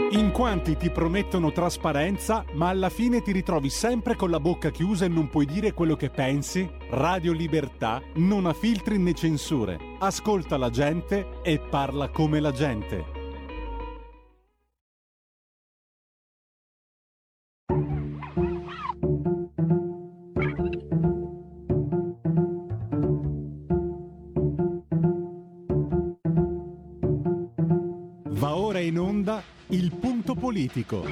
In quanti ti promettono trasparenza, ma alla fine ti ritrovi sempre con la bocca chiusa e non puoi dire quello che pensi? Radio Libertà non ha filtri né censure. Ascolta la gente e parla come la gente. Va ora in onda Il Punto Politico.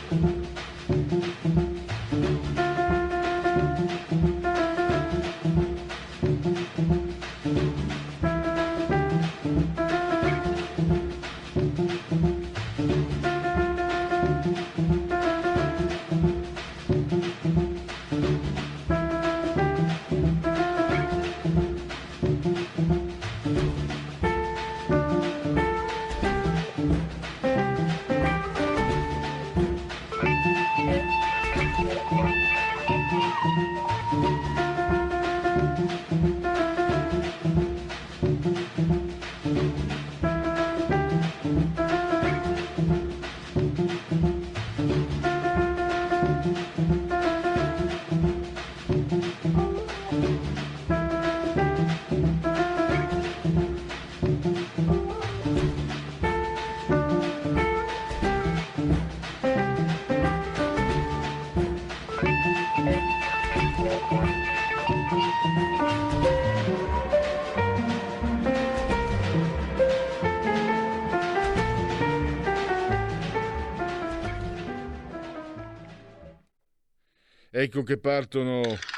Ecco che partono,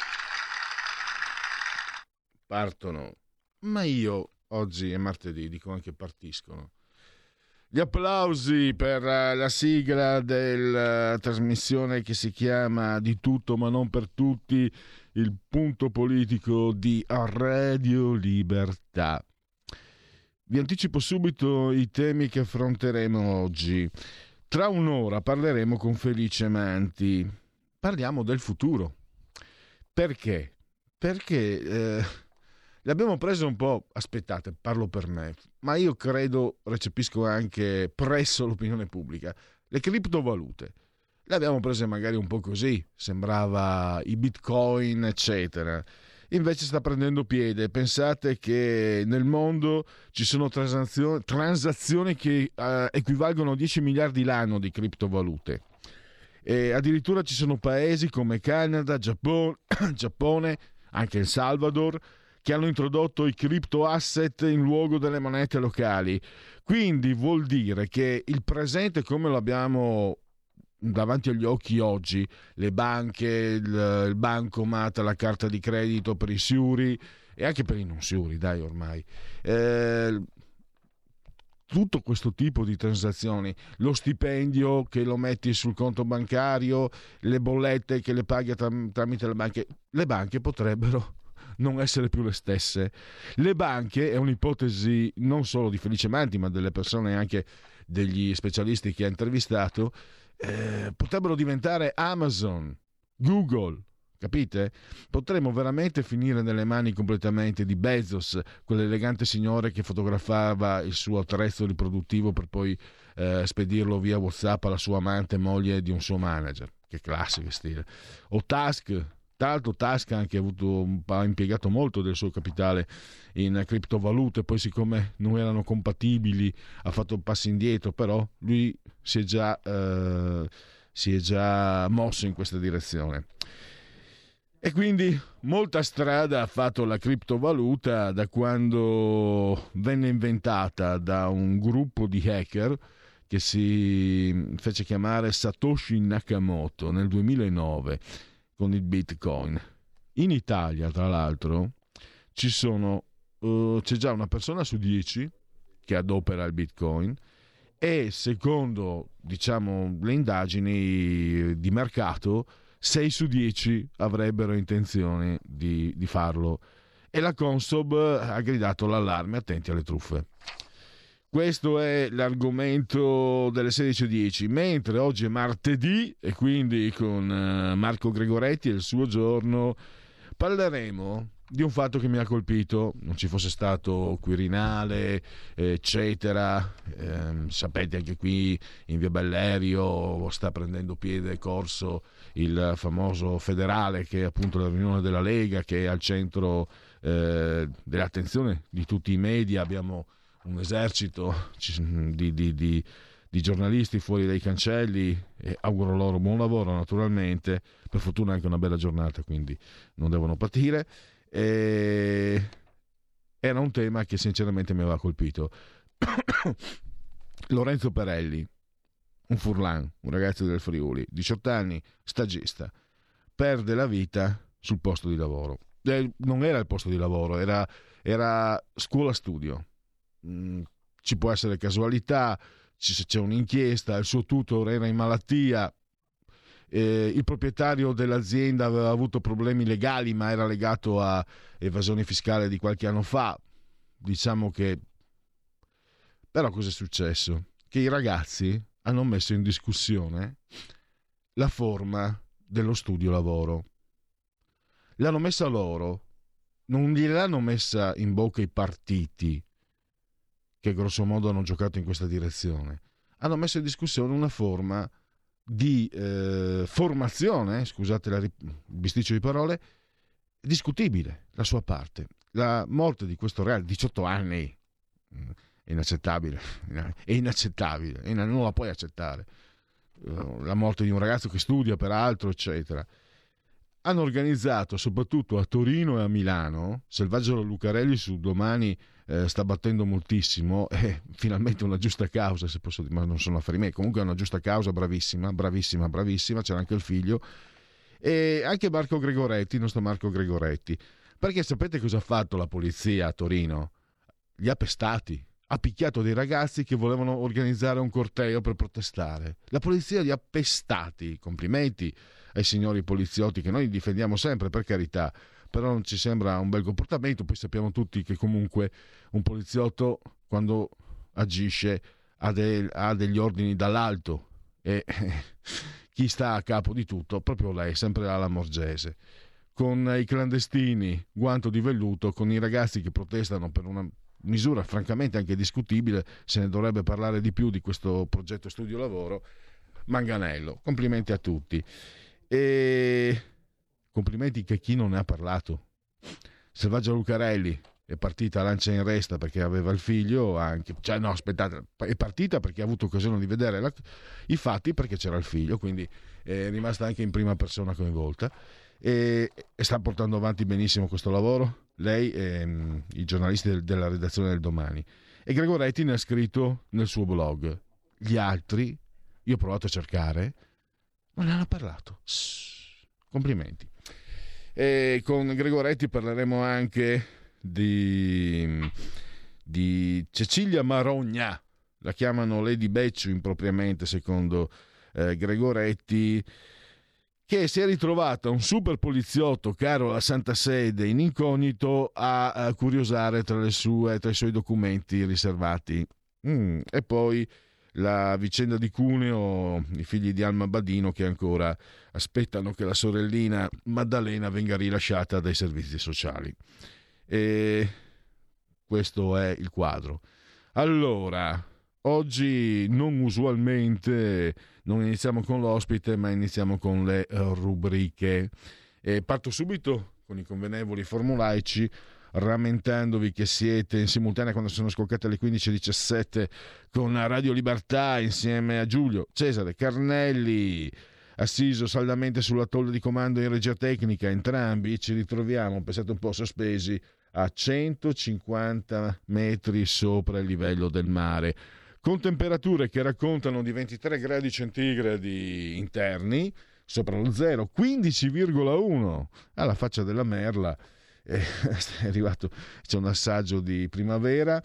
ma io oggi è martedì, dico anche partiscono. Gli applausi per la sigla della trasmissione che si chiama Di tutto ma non per tutti, il punto politico di Radio Libertà. Vi anticipo subito i temi che affronteremo oggi. Tra un'ora parleremo con Felice Manti. Parliamo del futuro. Perché? Perché l'abbiamo preso un po', aspettate, parlo per me, ma io credo, recepisco anche presso l'opinione pubblica, le criptovalute. Le abbiamo prese magari un po' così, sembrava i bitcoin, eccetera. Invece sta prendendo piede. Pensate che nel mondo ci sono transazioni che equivalgono a 10 miliardi l'anno di criptovalute. E addirittura ci sono paesi come Canada, Giappone, anche El Salvador, che hanno introdotto i crypto asset in luogo delle monete locali. Quindi vuol dire che il presente, come lo abbiamo davanti agli occhi oggi, le banche, il bancomat, la carta di credito per i siuri e anche per i non siuri, dai ormai, tutto questo tipo di transazioni, lo stipendio che lo metti sul conto bancario, le bollette che le paghi tramite le banche potrebbero non essere più le stesse. Le banche, è un'ipotesi non solo di Felice Manti ma delle persone, anche degli specialisti che ha intervistato, potrebbero diventare Amazon, Google. Capite? Potremmo veramente finire nelle mani completamente di Bezos, quell'elegante signore che fotografava il suo attrezzo riproduttivo per poi spedirlo via WhatsApp alla sua amante, moglie di un suo manager. Che classe, che stile. O Tusk. Tra l'altro Tusk ha anche ha impiegato molto del suo capitale in criptovalute, poi siccome non erano compatibili ha fatto passi indietro, però lui si è già mosso in questa direzione. E quindi molta strada ha fatto la criptovaluta da quando venne inventata da un gruppo di hacker che si fece chiamare Satoshi Nakamoto nel 2009 con il Bitcoin. In Italia, tra l'altro, c'è già una persona su 10 che adopera il Bitcoin e secondo, le indagini di mercato, 6 su 10 avrebbero intenzione di farlo, e la Consob ha gridato l'allarme: attenti alle truffe. Questo è l'argomento delle 16:10, mentre oggi è martedì e quindi con Marco Gregoretti e il suo giorno parleremo di un fatto che mi ha colpito, non ci fosse stato Quirinale, eccetera. Sapete, anche qui in via Bellerio sta prendendo piede corso il famoso federale, che è appunto la riunione della Lega, che è al centro dell'attenzione di tutti i media. Abbiamo un esercito di giornalisti fuori dai cancelli, e auguro loro buon lavoro, naturalmente, per fortuna anche una bella giornata, quindi non devono patire. Era un tema che sinceramente mi aveva colpito. Lorenzo Perelli, un furlan, un ragazzo del Friuli, 18 anni, stagista, perde la vita sul posto di lavoro. Non era il posto di lavoro, era scuola studio. Ci può essere casualità, c'è un'inchiesta, il suo tutor era in malattia, il proprietario dell'azienda aveva avuto problemi legali, ma era legato a evasione fiscale di qualche anno fa. Diciamo che però cosa è successo? Che i ragazzi hanno messo in discussione la forma dello studio lavoro. L'hanno messa loro, non gliel'hanno messa in bocca i partiti, che grosso modo hanno giocato in questa direzione. Hanno messo in discussione una forma di formazione, scusate il bisticcio di parole, discutibile la sua parte. La morte di questo ragazzo, 18 anni, è inaccettabile, e non la puoi accettare. La morte di un ragazzo che studia, peraltro, eccetera. Hanno organizzato, soprattutto a Torino e a Milano, Selvaggio Lucarelli su Domani sta battendo moltissimo, finalmente una giusta causa, se posso dire, ma non sono affari miei, comunque è una giusta causa, bravissima, c'era anche il figlio, e anche Marco Gregoretti, il nostro Marco Gregoretti, perché sapete cosa ha fatto la polizia a Torino? Li ha pestati, ha picchiato dei ragazzi che volevano organizzare un corteo per protestare. La polizia li ha pestati. Complimenti ai signori poliziotti, che noi difendiamo sempre, per carità, però non ci sembra un bel comportamento. Poi sappiamo tutti che comunque un poliziotto, quando agisce, ha degli ordini dall'alto, e chi sta a capo di tutto, proprio lei, sempre alla Morgese, con i clandestini, guanto di velluto, con i ragazzi che protestano per una misura francamente anche discutibile. Se ne dovrebbe parlare di più di questo progetto studio lavoro. Manganello, complimenti a tutti, e complimenti che chi non ne ha parlato. Selvaggio Lucarelli è partita a lancia in resta perché aveva il figlio, anche, cioè no, aspettate, è partita perché ha avuto occasione di vedere i fatti, perché c'era il figlio, quindi è rimasta anche in prima persona coinvolta, e sta portando avanti benissimo questo lavoro, lei e i giornalisti della redazione del Domani. E Gregoretti ne ha scritto nel suo blog. Gli altri, io ho provato a cercare, non ne hanno parlato. Complimenti. E con Gregoretti parleremo anche di Cecilia Marogna, la chiamano Lady Becciu impropriamente secondo Gregoretti, che si è ritrovata un super poliziotto caro alla Santa Sede in incognito a curiosare tra i suoi documenti riservati. E poi la vicenda di Cuneo, i figli di Alma Badino che ancora aspettano che la sorellina Maddalena venga rilasciata dai servizi sociali. E questo è il quadro. Allora, oggi non usualmente non iniziamo con l'ospite, ma iniziamo con le rubriche. E parto subito con i convenevoli formulaici, rammentandovi che siete in simultanea quando sono scoccate le 15:17 con Radio Libertà insieme a Giulio Cesare Carnelli, assiso saldamente sulla tolla di comando in regia tecnica. Entrambi ci ritroviamo, pensate un po', sospesi a 150 metri sopra il livello del mare, con temperature che raccontano di 23 gradi centigradi interni sopra lo zero, 15,1 alla faccia della merla. È arrivato, c'è un assaggio di primavera,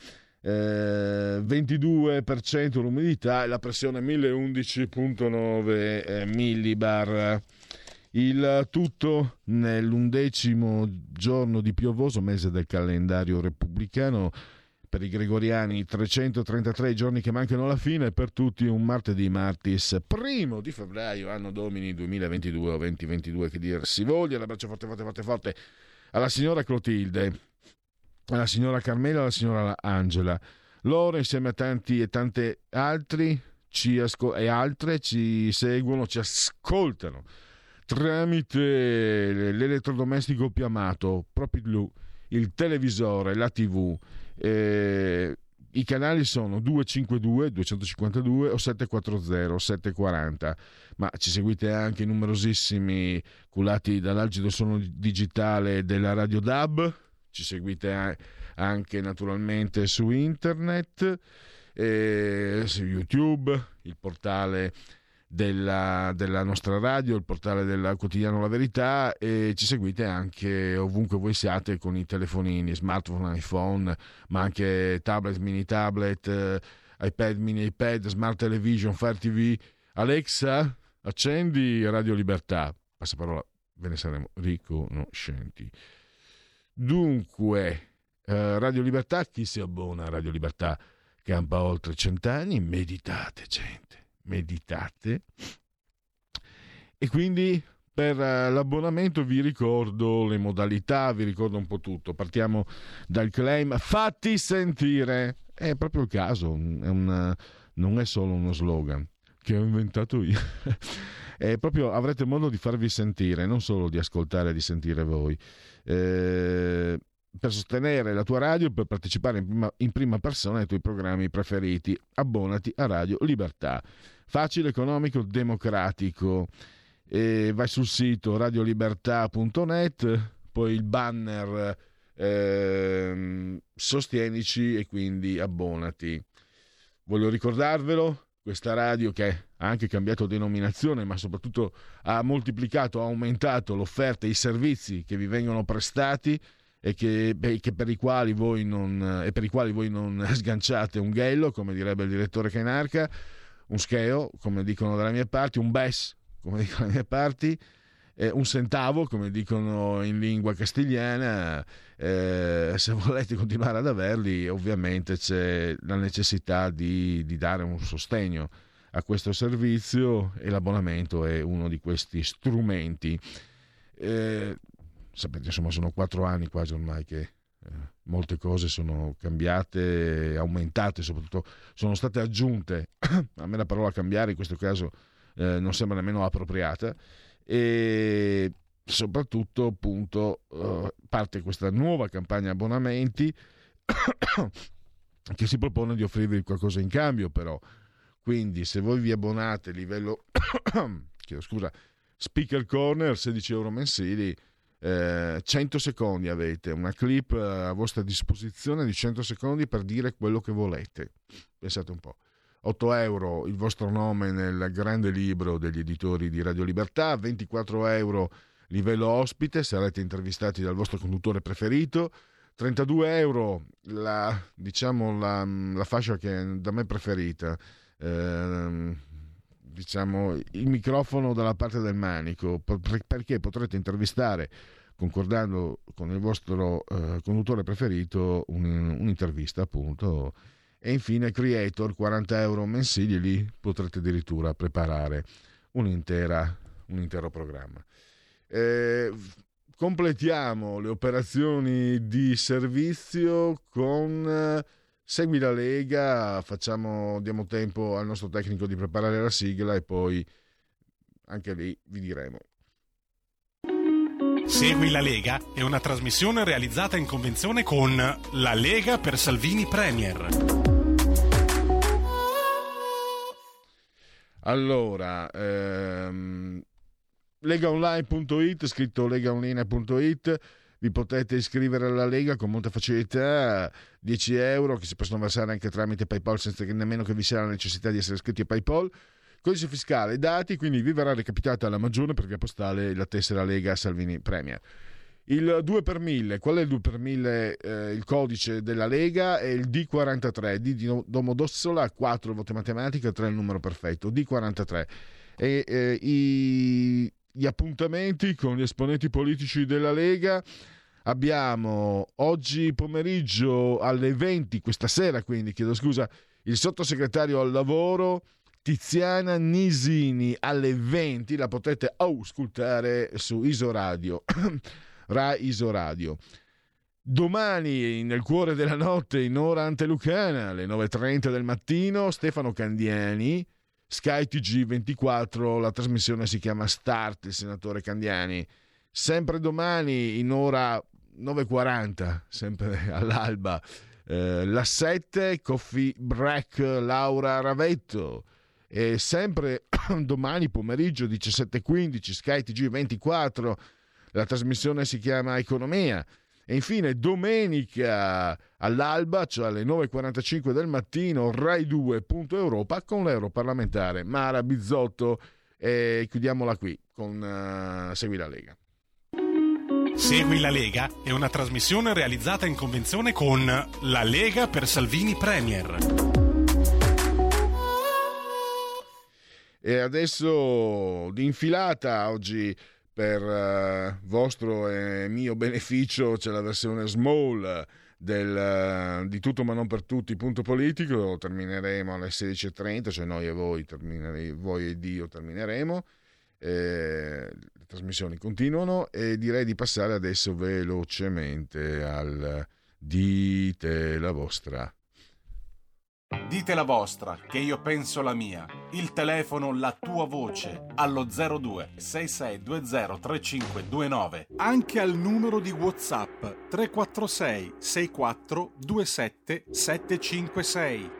22% l'umidità e la pressione 1011,9 millibar. Il tutto nell'11° giorno di piovoso mese del calendario repubblicano. Per i gregoriani 333 giorni che mancano alla fine, per tutti un martedì martis 1 di febbraio, anno domini 2022 o 2022 che dir si voglia. Un abbraccio forte alla signora Clotilde, alla signora Carmela, alla signora Angela. Loro insieme a tanti e tante altri e altre ci seguono, ci ascoltano tramite l'elettrodomestico più amato, proprio il televisore, la TV. I canali sono 252, 252 o 740, 740, ma ci seguite anche numerosissimi cullati dall'algido suono digitale della Radio DAB, ci seguite anche naturalmente su internet, su YouTube, il portale della nostra radio, il portale del quotidiano La Verità, e ci seguite anche ovunque voi siate con i telefonini, smartphone, iPhone, ma anche tablet, mini tablet, iPad, mini iPad, smart television, Fire TV. Alexa, accendi Radio Libertà. Passaparola, ve ne saremo riconoscenti. Dunque, Radio Libertà, chi si abbona a Radio Libertà campa oltre 100 anni. Meditate, gente, meditate. E quindi per l'abbonamento vi ricordo le modalità, vi ricordo un po' tutto. Partiamo dal claim fatti sentire. È proprio il caso, non è solo uno slogan che ho inventato io. È proprio, avrete modo di farvi sentire, non solo di ascoltare e di sentire voi. Per sostenere la tua radio, per partecipare in prima persona ai tuoi programmi preferiti, abbonati a Radio Libertà. Facile, economico, democratico. Vai sul sito radiolibertà.net, poi il banner sostienici e quindi abbonati. Voglio ricordarvelo, questa radio che ha anche cambiato denominazione, ma soprattutto ha moltiplicato, ha aumentato l'offerta e i servizi che vi vengono prestati e per i quali voi non sganciate un ghello, come direbbe il direttore Cainarca, un scheo, come dicono dalle mie parti, un bes, come dicono dalle mie parti, un centavo, come dicono in lingua castigliana. Se volete continuare ad averli, ovviamente c'è la necessità di dare un sostegno a questo servizio, e l'abbonamento è uno di questi strumenti. Sapete, insomma, sono 4 anni quasi ormai che molte cose sono cambiate, aumentate, soprattutto sono state aggiunte. A me la parola cambiare in questo caso non sembra nemmeno appropriata, e soprattutto appunto parte questa nuova campagna abbonamenti che si propone di offrirvi qualcosa in cambio, però. Quindi se voi vi abbonate livello Speaker Corner, 16 euro mensili, 100 secondi avete una clip a vostra disposizione di 100 secondi per dire quello che volete. Pensate un po'. 8 euro il vostro nome nel grande libro degli editori di Radio Libertà, 24 euro livello ospite, sarete intervistati dal vostro conduttore preferito, 32 euro la fascia che è da me preferita, diciamo il microfono dalla parte del manico, perché potrete intervistare, concordando con il vostro conduttore preferito, un'intervista appunto. E infine Creator, 40 euro mensili, lì potrete addirittura preparare un intero programma. Completiamo le operazioni di servizio con Segui la Lega, diamo tempo al nostro tecnico di preparare la sigla e poi anche lì vi diremo. Segui la Lega è una trasmissione realizzata in convenzione con La Lega per Salvini Premier. Allora, legaonline.it, scritto legaonline.it, vi potete iscrivere alla Lega con molta facilità, 10 euro che si possono versare anche tramite PayPal senza che nemmeno che vi sia la necessità di essere iscritti a PayPal. Codice fiscale, dati, quindi vi verrà recapitata alla Magione per via postale la tessera Lega Salvini Premier. Il 2 per 1000, qual è il 2 per 1000? Il codice della Lega è il D43, D di Domodossola, 4 voto matematica, 3 il numero perfetto, D43. E gli appuntamenti con gli esponenti politici della Lega abbiamo oggi pomeriggio alle 20, questa sera quindi, chiedo scusa, il sottosegretario al lavoro Tiziana Nisini alle 20, la potete auscultare su Isoradio. Rai Isoradio. Domani, nel cuore della notte, in ora antelucana, alle 9:30 del mattino, Stefano Candiani, Sky TG24, la trasmissione si chiama Start, il senatore Candiani. Sempre domani, in ora 9:40, sempre all'alba, la 7, Coffee Break, Laura Ravetto. E sempre domani pomeriggio 17:15, Sky TG24, la trasmissione si chiama Economia. E infine domenica all'alba, cioè alle 9:45 del mattino, Rai 2 Punto Europa con l'europarlamentare Mara Bizzotto. E chiudiamola qui con Segui la Lega. Segui la Lega è una trasmissione realizzata in convenzione con La Lega per Salvini Premier. E adesso di infilata oggi, per vostro e mio beneficio, c'è la versione small di Tutto ma non per tutti, punto politico. Termineremo alle 16:30, cioè noi e voi, voi ed io termineremo. Le trasmissioni continuano e direi di passare adesso velocemente al Dite la vostra. Dite la vostra, che io penso la mia. Il telefono, la tua voce, allo 02 6620 3529. Anche al numero di WhatsApp 346 64 27 756.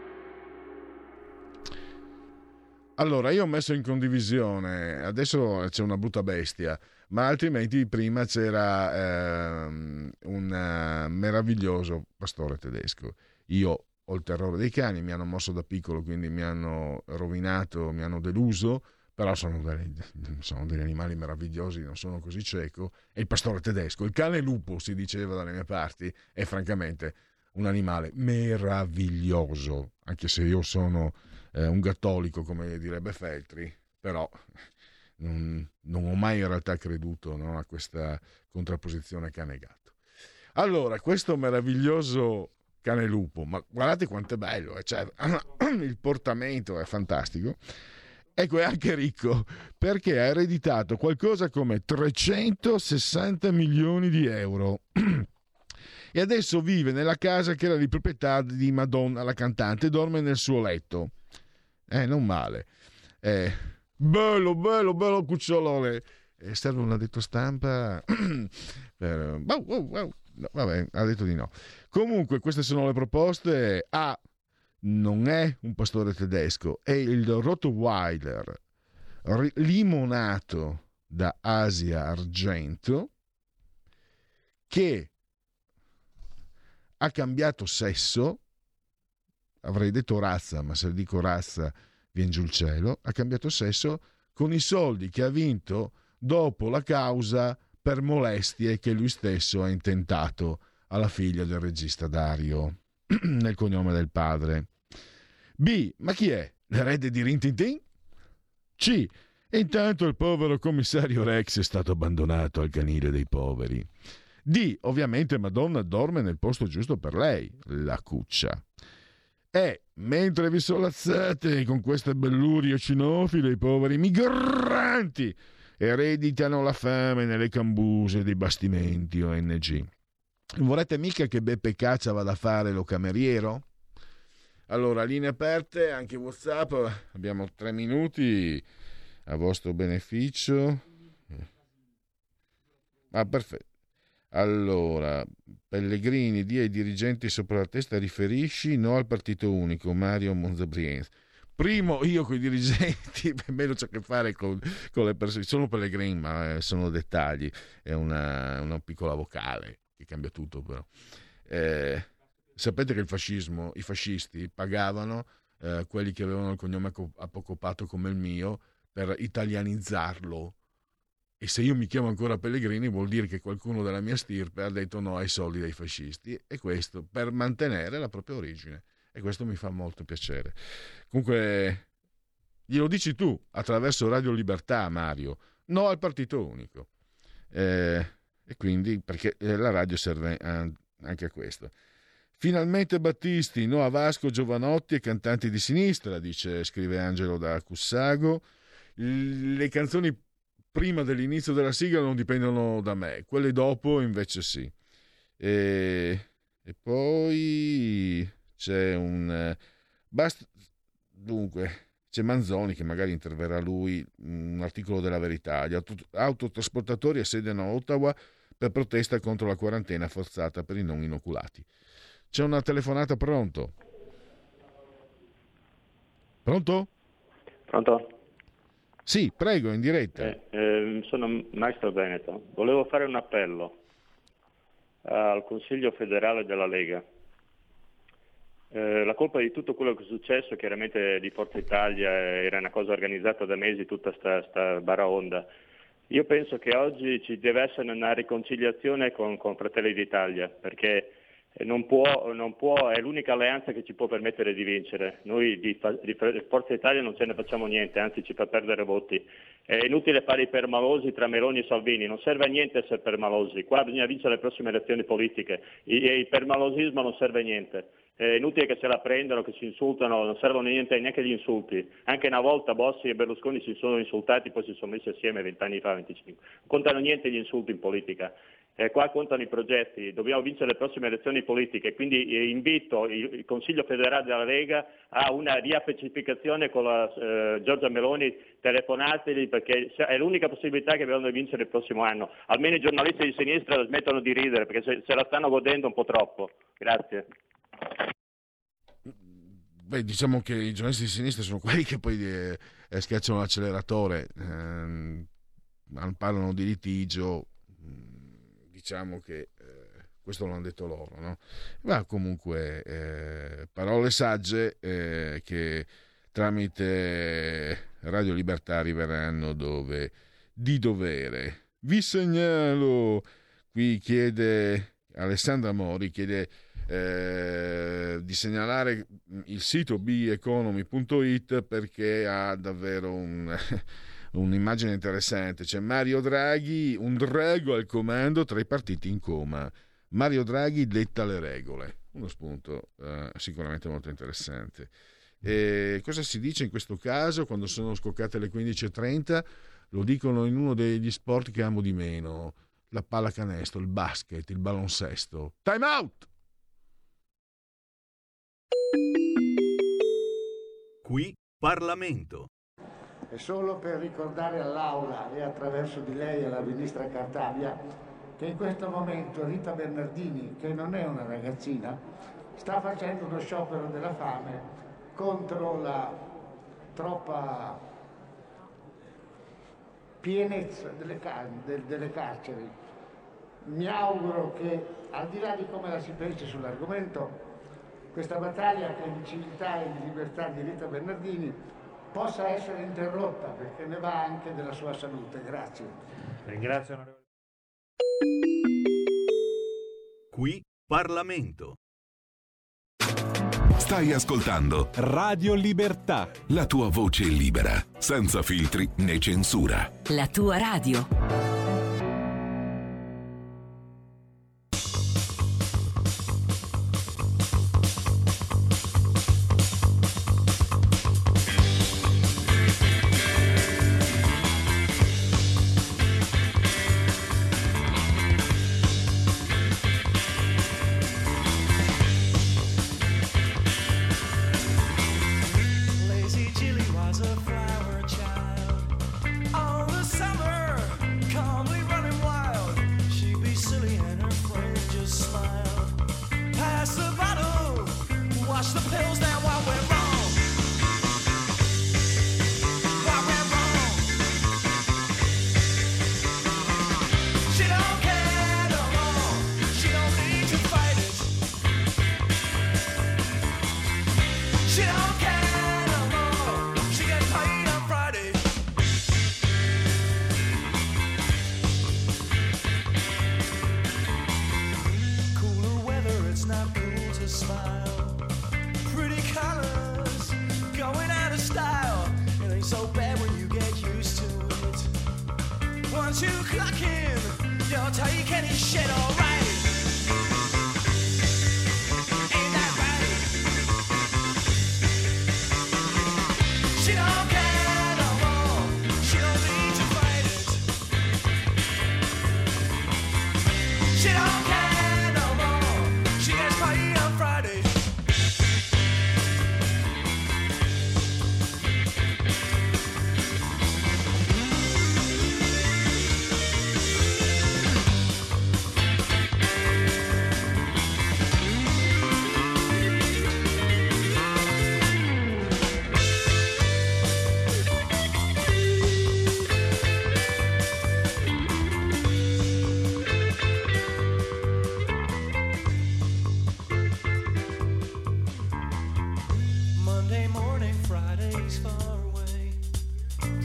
Allora, io ho messo in condivisione, adesso c'è una brutta bestia, ma altrimenti prima c'era un meraviglioso pastore tedesco. Io ho il terrore dei cani, mi hanno mosso da piccolo, quindi mi hanno rovinato, mi hanno deluso, però sono degli animali meravigliosi, non sono così cieco. E il pastore tedesco, il cane lupo si diceva dalle mie parti, è francamente un animale meraviglioso, anche se io sono un gattolico, come direbbe Feltri, però non ho mai in realtà creduto, no, a questa contrapposizione cane e gatto. Allora, questo meraviglioso cane lupo, ma guardate quanto è bello, cioè, il portamento è fantastico. Ecco, è anche ricco perché ha ereditato qualcosa come 360 milioni di euro e adesso vive nella casa che era di proprietà di Madonna, la cantante, dorme nel suo letto. Non male. Bello cucciolone. Serve un addetto stampa per... No, vabbè, ha detto di no. Comunque queste sono le proposte. Non è un pastore tedesco, è il Rottweiler limonato da Asia Argento, che ha cambiato sesso. Avrei detto razza, ma se dico razza viene giù il cielo. Ha cambiato sesso con i soldi che ha vinto dopo la causa per molestie che lui stesso ha intentato alla figlia del regista Dario, nel cognome del padre. B. Ma chi è? L'erede di Rin Tin Tin? C. E intanto il povero commissario Rex è stato abbandonato al canile dei poveri. D. Ovviamente Madonna dorme nel posto giusto per lei, la cuccia. E mentre vi solazzate con queste bellurie cinofile, i poveri migranti ereditano la fame nelle cambuse dei bastimenti ONG. Non vorrete mica che Beppe Caccia vada a fare lo cameriero? Allora, linee aperte, anche WhatsApp, abbiamo 3 minuti a vostro beneficio. Perfetto. Allora, Pellegrini, dia ai dirigenti sopra la testa, riferisci no al partito unico, Mario Monzabriens. Primo, io con i dirigenti, per me non c'è a che fare con le persone, sono Pellegrini, ma sono dettagli, è una piccola vocale che cambia tutto, però. Sapete che i fascisti pagavano quelli che avevano il cognome apocopato come il mio per italianizzarlo. E se io mi chiamo ancora Pellegrini vuol dire che qualcuno della mia stirpe ha detto no ai soldi dei fascisti, e questo per mantenere la propria origine, e questo mi fa molto piacere. Comunque glielo dici tu attraverso Radio Libertà, Mario, no al partito unico, e quindi perché la radio serve anche a questo. Finalmente Battisti, no a Vasco, Giovanotti e cantanti di sinistra, scrive Angelo da Cussago. Le canzoni prima dell'inizio della sigla non dipendono da me, quelle dopo invece sì. E poi c'è dunque c'è Manzoni, che magari interverrà lui, un articolo della Verità. Gli autotrasportatori assediano a Ottawa per protesta contro la quarantena forzata per i non inoculati. C'è una telefonata, pronto? Pronto? Pronto? Sì, prego, in diretta. Sono Maestro Veneto. Volevo fare un appello al Consiglio federale della Lega. La colpa di tutto quello che è successo, chiaramente di Forza Italia, era una cosa organizzata da mesi, tutta sta baraonda. Io penso che oggi ci deve essere una riconciliazione con Fratelli d'Italia, perché non può, è l'unica alleanza che ci può permettere di vincere. Noi di Forza Italia non ce ne facciamo niente, anzi ci fa perdere voti. È inutile fare i permalosi tra Meloni e Salvini, non serve a niente essere permalosi, qua bisogna vincere le prossime elezioni politiche, il permalosismo non serve a niente. È inutile che se la prendano, che si insultano, non servono a niente neanche gli insulti. Anche una volta Bossi e Berlusconi si sono insultati, poi si sono messi assieme 20 anni fa, 25. Non contano niente gli insulti in politica. Qua contano i progetti, dobbiamo vincere le prossime elezioni politiche, quindi invito il Consiglio federale della Lega a una riappacificazione con la Giorgia Meloni, telefonateli perché è l'unica possibilità che abbiamo di vincere il prossimo anno. Almeno i giornalisti di sinistra smettono di ridere perché se la stanno godendo un po' troppo. Grazie. Beh, diciamo che i giornalisti di sinistra sono quelli che poi schiacciano l'acceleratore, parlano di litigio, diciamo che questo l'hanno detto loro, no? Ma comunque parole sagge che tramite Radio Libertà arriveranno dove di dovere. Vi segnalo, qui chiede Alessandra Mori, chiede di segnalare il sito beconomy.it perché ha davvero un'immagine interessante. C'è Mario Draghi, un drago al comando tra i partiti in coma. Mario Draghi detta le regole. Uno spunto sicuramente molto interessante. E cosa si dice in questo caso quando sono scoccate le 15:30? Lo dicono in uno degli sport che amo di meno, la pallacanestro, il basket, il baloncesto. Time out! Qui Parlamento. E solo per ricordare all'Aula e attraverso di lei alla ministra Cartabia che in questo momento Rita Bernardini, che non è una ragazzina, sta facendo uno sciopero della fame contro la troppa pienezza delle carceri. Mi auguro che, al di là di come la si pensi sull'argomento, questa battaglia per di civiltà e di libertà di Rita Bernardini possa essere interrotta, perché ne va anche della sua salute. Grazie. Ringrazio onorevole. Qui Parlamento. Stai ascoltando Radio Libertà. la tua voce libera, senza filtri né censura. La tua radio.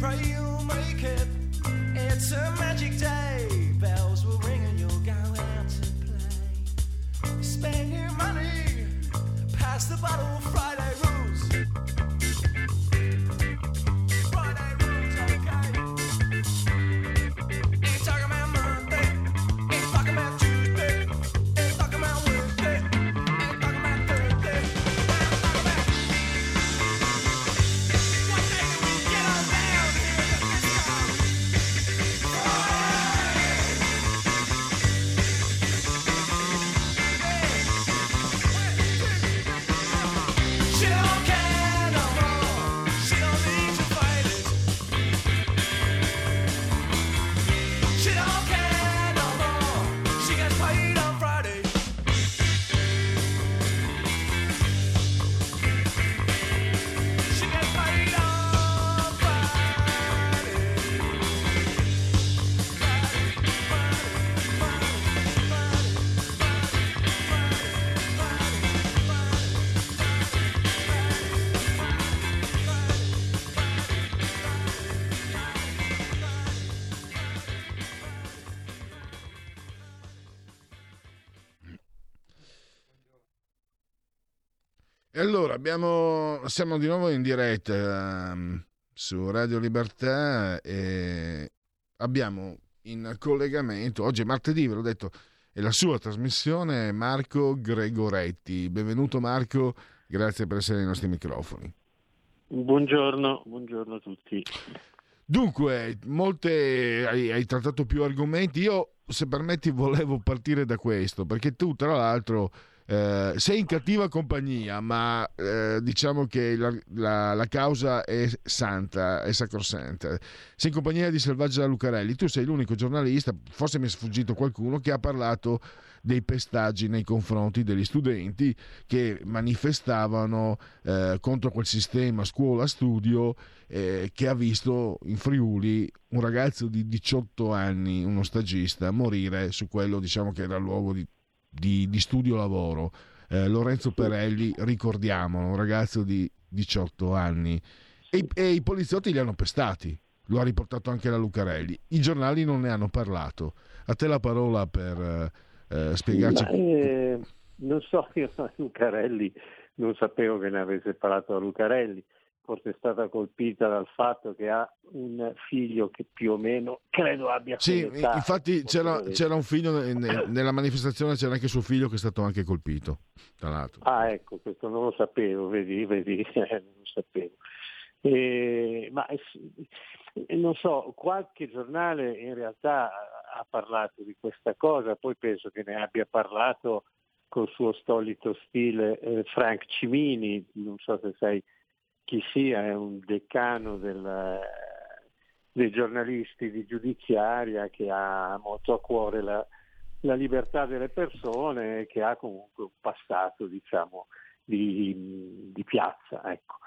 pray you'll make it. It's a magic day. Bells will ring and you'll go out to play. Spend your money, pass the bottle, Friday rules. Friday rules, okay. Ain't talking about Monday, ain't talking about Tuesday, ain't talking about Wednesday, ain't talking about Thursday. I'm talking about what day do we get on down here at this time? She don't care no more. She don't need to fight it. She don't care no more. She gets paid on Friday. She gets paid on Friday. E allora siamo di nuovo in diretta su Radio Libertà e abbiamo in collegamento, oggi è martedì, ve l'ho detto, è la sua trasmissione, Marco Gregoretti. Benvenuto Marco, grazie per essere ai nostri microfoni. Buongiorno a tutti. Dunque, hai trattato più argomenti. Io, se permetti, volevo partire da questo, perché tu, tra l'altro, sei in cattiva compagnia, ma diciamo che la causa è santa, è sacrosanta. Sei in compagnia di Selvaggia Lucarelli. Tu sei l'unico giornalista, forse mi è sfuggito qualcuno, che ha parlato dei pestaggi nei confronti degli studenti che manifestavano contro quel sistema scuola-studio che ha visto in Friuli un ragazzo di 18 anni, uno stagista, morire su quello, diciamo, che era il luogo di studio-lavoro. Lorenzo Perelli, ricordiamolo, un ragazzo di 18 anni. E i poliziotti li hanno pestati, lo ha riportato anche la Lucarelli. I giornali non ne hanno parlato. A te la parola per spiegarci. Non so, io a Lucarelli non sapevo che ne avesse parlato a Lucarelli. Forse è stata colpita dal fatto che ha un figlio che più o meno credo abbia quell'età. Infatti c'era un figlio nella manifestazione, c'era anche suo figlio che è stato anche colpito, tra l'altro. Ah, ecco, questo non lo sapevo, vedi, non lo sapevo. Ma non so, qualche giornale in realtà ha parlato di questa cosa, poi penso che ne abbia parlato col suo solito stile Frank Cimini, non so se sai chi sia, è un decano dei giornalisti di giudiziaria che ha molto a cuore la libertà delle persone e che ha comunque un passato, diciamo, di piazza, ecco.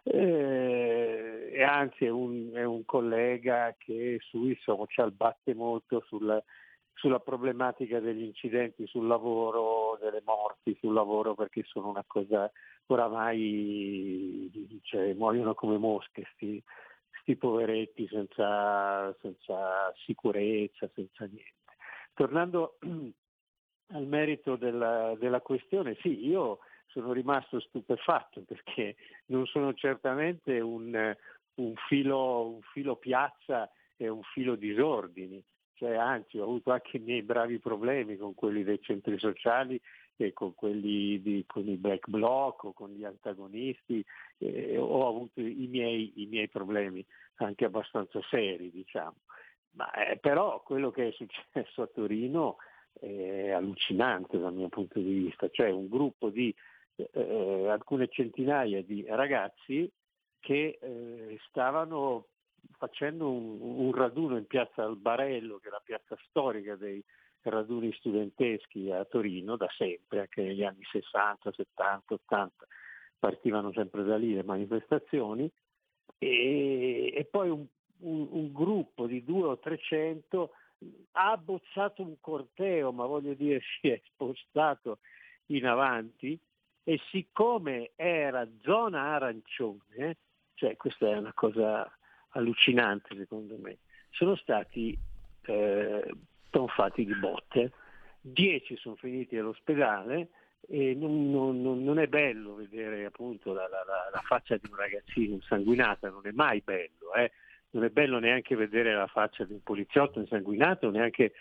E anzi è un collega che sui social batte molto sulla problematica degli incidenti sul lavoro, delle morti sul lavoro, perché sono una cosa oramai, cioè, muoiono come mosche sti poveretti senza sicurezza, senza niente. Tornando al merito della questione, sì, io sono rimasto stupefatto perché non sono certamente un filo piazza e un filo disordini. Cioè, anzi, ho avuto anche i miei bravi problemi con quelli dei centri sociali e con quelli con i black bloc o con gli antagonisti, ho avuto i miei problemi anche abbastanza seri, diciamo. Ma però quello che è successo a Torino è allucinante dal mio punto di vista, cioè un gruppo di alcune centinaia di ragazzi che stavano facendo un raduno in piazza Albarello, che è la piazza storica dei raduni studenteschi a Torino da sempre, anche negli anni 60, 70, 80 partivano sempre da lì le manifestazioni, e poi un gruppo di 200 o 300 ha abbozzato un corteo, ma voglio dire si è spostato in avanti, e siccome era zona arancione, cioè questa è una cosa allucinante secondo me, sono stati tonfati di botte, 10 sono finiti all'ospedale e non è bello vedere appunto la faccia di un ragazzino insanguinata, non è mai bello, non è bello neanche vedere la faccia di un poliziotto insanguinato, neanche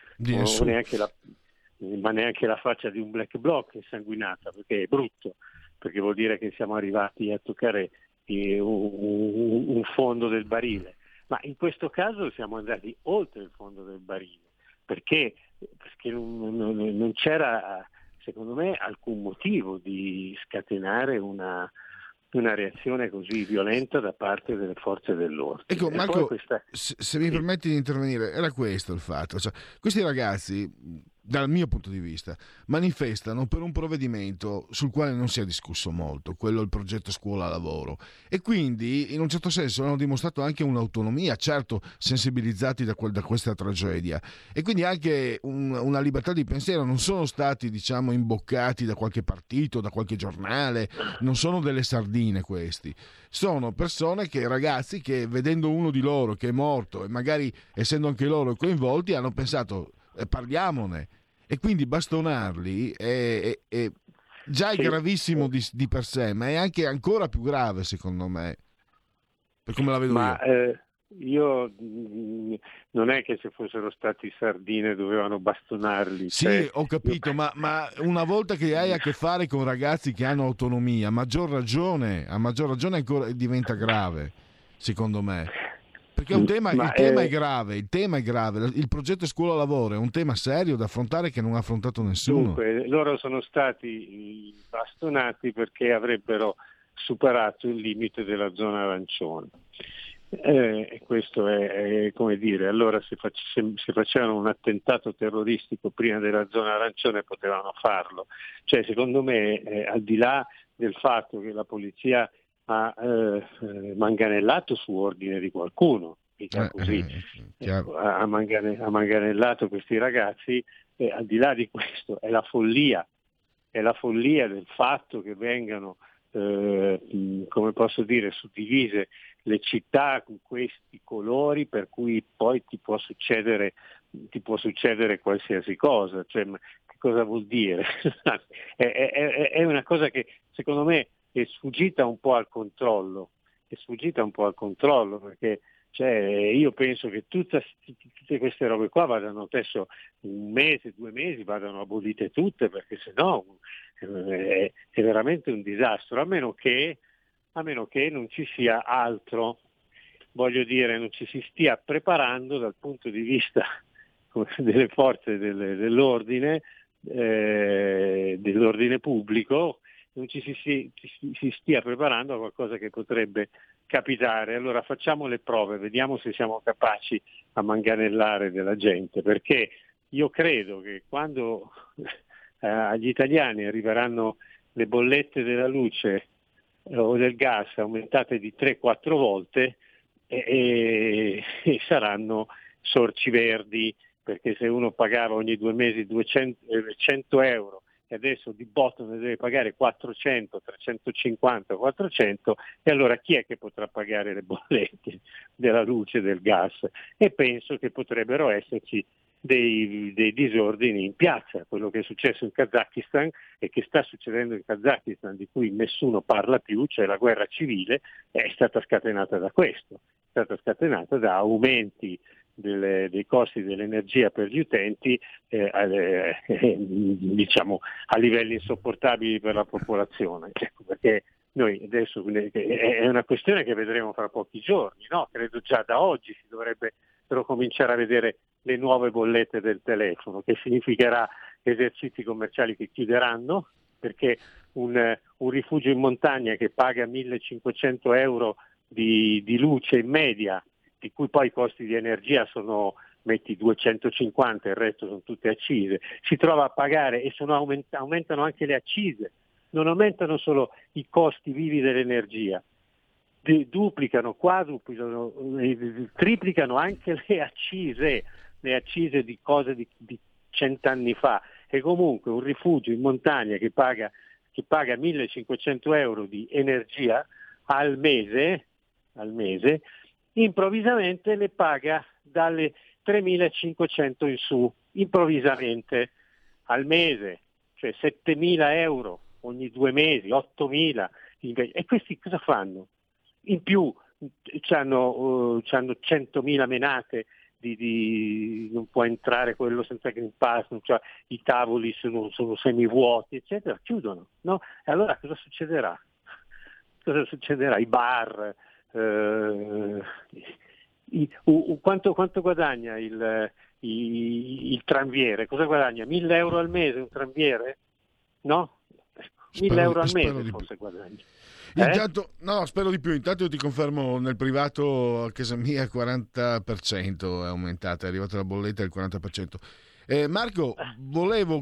la faccia di un black bloc insanguinata, perché è brutto, perché vuol dire che siamo arrivati a toccare un fondo del barile. Ma in questo caso siamo andati oltre il fondo del barile, perché non c'era, secondo me, alcun motivo di scatenare una reazione così violenta da parte delle forze dell'ordine. Ecco, Marco, se mi permetti di intervenire, era questo il fatto. Cioè, questi ragazzi, dal mio punto di vista, manifestano per un provvedimento sul quale non si è discusso molto, quello il progetto scuola-lavoro, e quindi in un certo senso hanno dimostrato anche un'autonomia, certo sensibilizzati da questa tragedia, e quindi anche una libertà di pensiero. Non sono stati, diciamo, imboccati da qualche partito, da qualche giornale, non sono delle sardine questi, sono ragazzi che, vedendo uno di loro che è morto e magari essendo anche loro coinvolti, hanno pensato parliamone, e quindi bastonarli è già gravissimo di per sé, ma è anche ancora più grave secondo me, per come la vedo io non è che se fossero stati sardine dovevano bastonarli. Sì, ho capito, ma una volta che hai a che fare con ragazzi che hanno autonomia, a maggior ragione ancora diventa grave, secondo me. Perché il tema è grave, il progetto scuola-lavoro è un tema serio da affrontare che non ha affrontato nessuno. Dunque, loro sono stati bastonati perché avrebbero superato il limite della zona arancione. Questo è come dire, allora se facevano un attentato terroristico prima della zona arancione potevano farlo. Cioè, secondo me, al di là del fatto che la polizia ha manganellato su ordine di qualcuno, mica così, ha manganellato questi ragazzi, al di là di questo è la follia del fatto che vengano, come posso dire, suddivise le città con questi colori, per cui poi ti può succedere qualsiasi cosa. Cioè, ma che cosa vuol dire? È una cosa che secondo me è sfuggita un po' al controllo, perché io penso che tutte queste robe qua vadano adesso un mese, 2 mesi, vadano abolite tutte, perché sennò è veramente un disastro, a meno che non ci sia altro, voglio dire, non ci si stia preparando dal punto di vista delle forze dell'ordine pubblico, non ci si stia preparando a qualcosa che potrebbe capitare. Allora facciamo le prove, vediamo se siamo capaci a manganellare della gente, perché io credo che quando agli italiani arriveranno le bollette della luce o del gas aumentate di 3-4 volte e saranno sorci verdi, perché se uno pagava ogni 2 mesi 100 euro e adesso di botto ne deve pagare 400, 350, 400, e allora chi è che potrà pagare le bollette della luce e del gas? E penso che potrebbero esserci dei disordini in piazza. Quello che è successo in Kazakistan e che sta succedendo in Kazakistan, di cui nessuno parla più, cioè la guerra civile, è stata scatenata da questo, è stata scatenata da aumenti dei costi dell'energia per gli utenti diciamo a livelli insopportabili per la popolazione. Ecco, perché noi adesso è una questione che vedremo fra pochi giorni, no? Credo già da oggi si dovrebbero cominciare a vedere le nuove bollette del telefono, che significherà esercizi commerciali che chiuderanno, perché un rifugio in montagna che paga 1.500 euro di luce in media, di cui poi i costi di energia sono, metti 250, il resto sono tutte accise, si trova a pagare, e aumentano anche le accise, non aumentano solo i costi vivi dell'energia, duplicano, quadruplicano, triplicano anche le accise di cose di 100 anni fa. E comunque un rifugio in montagna che paga 1.500 euro di energia al mese improvvisamente le paga dalle 3.500 in su, improvvisamente al mese, cioè 7.000 euro ogni 2 mesi, 8.000, e questi cosa fanno? In più c'hanno 100.000 menate non può entrare quello senza Green Pass, i tavoli sono semivuoti, eccetera, chiudono, no? E allora cosa succederà? Cosa succederà? I bar, quanto guadagna il tranviere? Cosa guadagna? 1.000 euro al mese un tranviere? No? 1.000 euro al mese forse guadagna. Intanto, no, spero di più. Intanto io ti confermo, nel privato a casa mia il 40% è aumentata, è arrivata la bolletta del 40%. Marco, volevo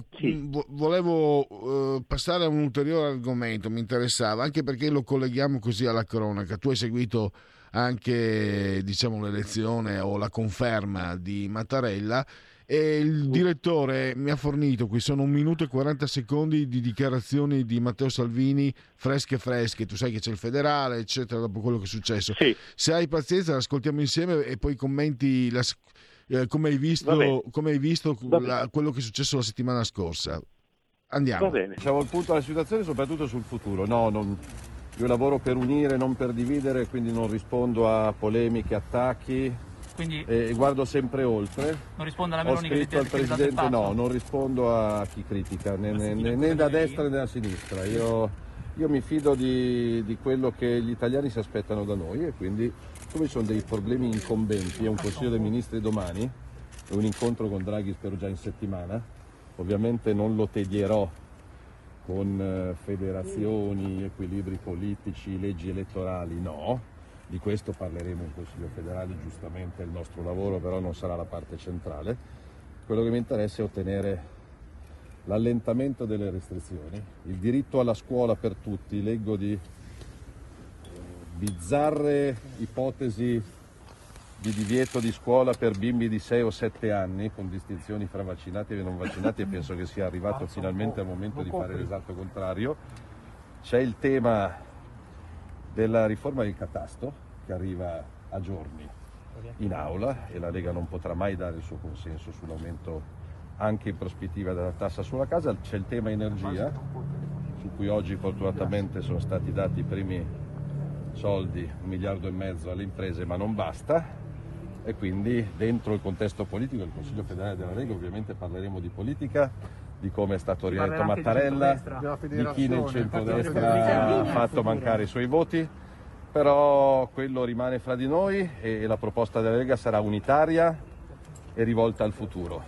passare a un ulteriore argomento, mi interessava, anche perché lo colleghiamo così alla cronaca. Tu hai seguito anche, diciamo, l'elezione o la conferma di Mattarella, e il direttore mi ha fornito, qui sono 1 minuto e 40 secondi di dichiarazioni di Matteo Salvini fresche, tu sai che c'è il federale eccetera dopo quello che è successo. Sì. Se hai pazienza l'ascoltiamo insieme e poi commenti come hai visto quello che è successo la settimana scorsa. Andiamo. Va bene. Siamo al punto della situazione soprattutto sul futuro. Io lavoro per unire, non per dividere, quindi non rispondo a polemiche, attacchi. E guardo sempre oltre. Non rispondo alla Meloni. Ho scritto al Presidente, no, non rispondo a chi critica, né da destra né da sinistra. Io mi fido di quello che gli italiani si aspettano da noi, e quindi come ci sono dei problemi incombenti, è un Consiglio dei Ministri domani e un incontro con Draghi spero già in settimana. Ovviamente non lo tedierò con federazioni, equilibri politici, leggi elettorali, no. Di questo parleremo in Consiglio federale, giustamente è il nostro lavoro, però non sarà la parte centrale. Quello che mi interessa è ottenere l'allentamento delle restrizioni, il diritto alla scuola per tutti. Leggo di bizzarre ipotesi di divieto di scuola per bimbi di 6 o 7 anni, con distinzioni fra vaccinati e non vaccinati, e penso che sia arrivato finalmente il momento di fare l'esatto contrario. C'è il tema della riforma del catasto che arriva a giorni in aula, e la Lega non potrà mai dare il suo consenso sull'aumento anche in prospettiva della tassa sulla casa. C'è il tema energia, su cui oggi fortunatamente sono stati dati i primi soldi, 1,5 miliardi alle imprese, ma non basta, e quindi dentro il contesto politico del Consiglio federale della Lega ovviamente parleremo di politica, di come è stato rieletto Mattarella, di chi nel centrodestra ha fatto mancare i suoi voti, però quello rimane fra di noi e la proposta della Lega sarà unitaria e rivolta al futuro.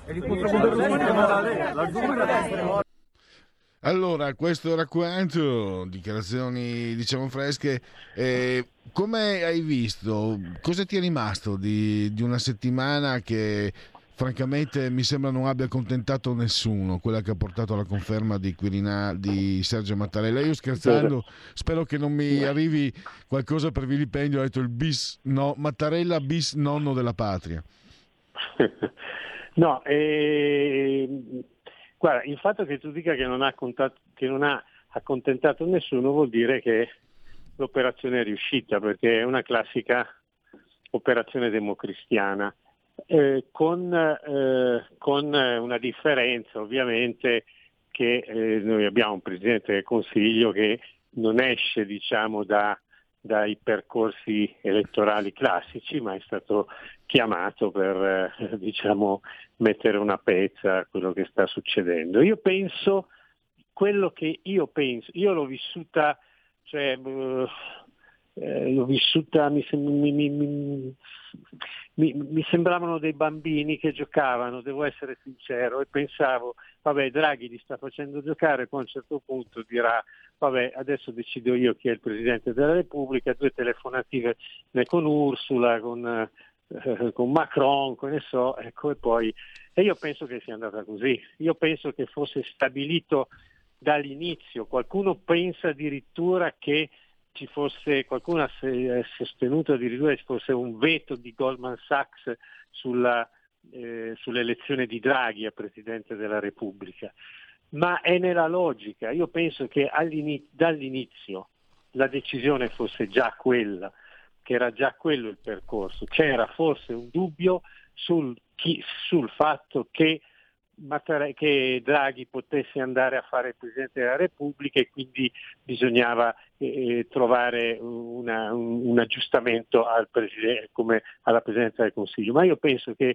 Allora, questo era quanto, dichiarazioni diciamo fresche. Come hai visto, cosa ti è rimasto di una settimana che francamente mi sembra non abbia accontentato nessuno, quella che ha portato alla conferma di Sergio Mattarella? Io scherzando spero che non mi arrivi qualcosa per vilipendio, ho detto il bis, no, Mattarella bis nonno della patria. No, guarda, il fatto che tu dica che non ha accontentato nessuno vuol dire che l'operazione è riuscita, perché è una classica operazione democristiana. Con una differenza ovviamente, che noi abbiamo un Presidente del Consiglio che non esce diciamo dai percorsi elettorali classici, ma è stato chiamato per diciamo mettere una pezza a quello che sta succedendo. Io penso quello che io penso, io l'ho vissuta, mi sembravano dei bambini che giocavano, devo essere sincero, e pensavo, vabbè, Draghi li sta facendo giocare, poi a un certo punto dirà, vabbè, adesso decido io chi è il Presidente della Repubblica, 2 telefonative con Ursula, con Macron, che ne so, ecco, e io penso che sia andata così, io penso che fosse stabilito dall'inizio, qualcuno pensa addirittura che ci fosse, qualcuno ha sostenuto addirittura che ci fosse un veto di Goldman Sachs sull'elezione di Draghi a Presidente della Repubblica, ma è nella logica. Io penso che dall'inizio la decisione fosse già quella, che era già quello il percorso. C'era forse un dubbio sul fatto che Draghi potesse andare a fare il Presidente della Repubblica, e quindi bisognava trovare un aggiustamento al presidente, come alla Presidenza del Consiglio. Ma io penso che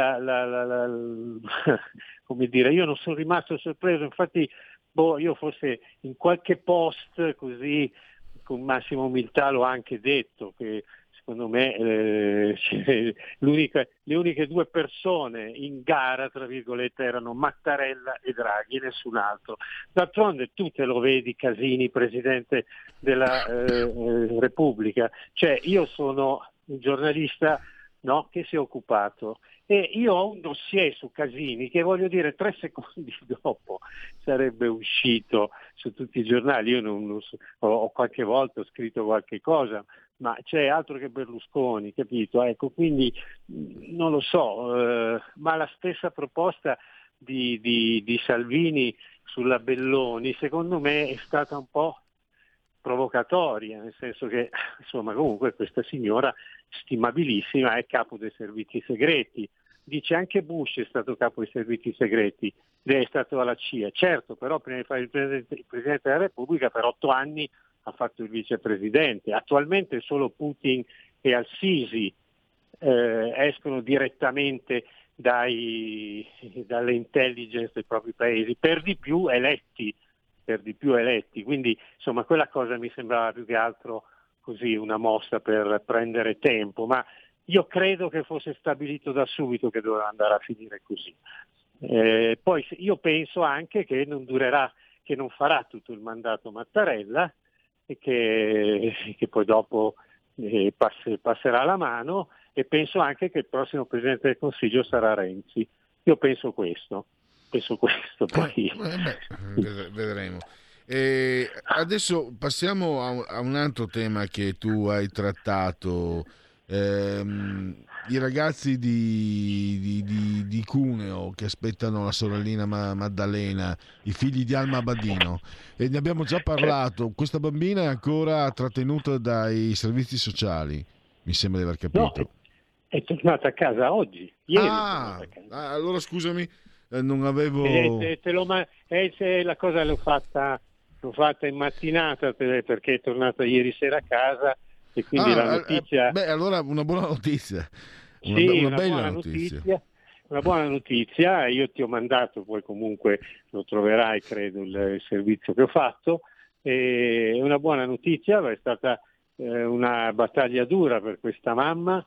come dire, io non sono rimasto sorpreso, infatti io forse in qualche post così con massima umiltà l'ho anche detto, che secondo me le uniche due persone in gara, tra virgolette, erano Mattarella e Draghi e nessun altro. D'altronde tu te lo vedi, Casini, Presidente della Repubblica, cioè io sono un giornalista, no, che si è occupato, e io ho un dossier su Casini che, voglio dire, 3 secondi dopo sarebbe uscito su tutti i giornali. Io non so, ho qualche volta scritto qualche cosa, ma c'è altro che Berlusconi, capito? Ecco, quindi non lo so, ma la stessa proposta di Salvini sulla Belloni secondo me è stata un po' provocatoria, nel senso che insomma comunque questa signora stimabilissima è capo dei servizi segreti. Dice anche Bush è stato capo dei servizi segreti, lei è stato alla CIA, certo, però prima di fare il Presidente della Repubblica per 8 anni ha fatto il vicepresidente. Attualmente solo Putin e Al-Sisi escono direttamente dalle intelligence dei propri paesi, per di più eletti, quindi insomma quella cosa mi sembrava più che altro così una mossa per prendere tempo, ma io credo che fosse stabilito da subito che doveva andare a finire così. Poi io penso anche che non durerà, che non farà tutto il mandato Mattarella, e che poi dopo passerà la mano, e penso anche che il prossimo Presidente del Consiglio sarà Renzi. Io penso questo poi... vedremo. Adesso passiamo a un altro tema che tu hai trattato, i ragazzi di Cuneo che aspettano la sorellina Maddalena, i figli di Alma Badino, e ne abbiamo già parlato. Questa bambina è ancora trattenuta dai servizi sociali, mi sembra di aver capito. No, è tornata a casa oggi, ieri. Allora scusami, non avevo... la cosa l'ho fatta in mattinata perché è tornata ieri sera a casa, e quindi la notizia... allora una buona notizia. Una bella notizia. Una buona notizia, io ti ho mandato, poi comunque lo troverai, credo, il servizio che ho fatto. E una buona notizia, è stata una battaglia dura per questa mamma.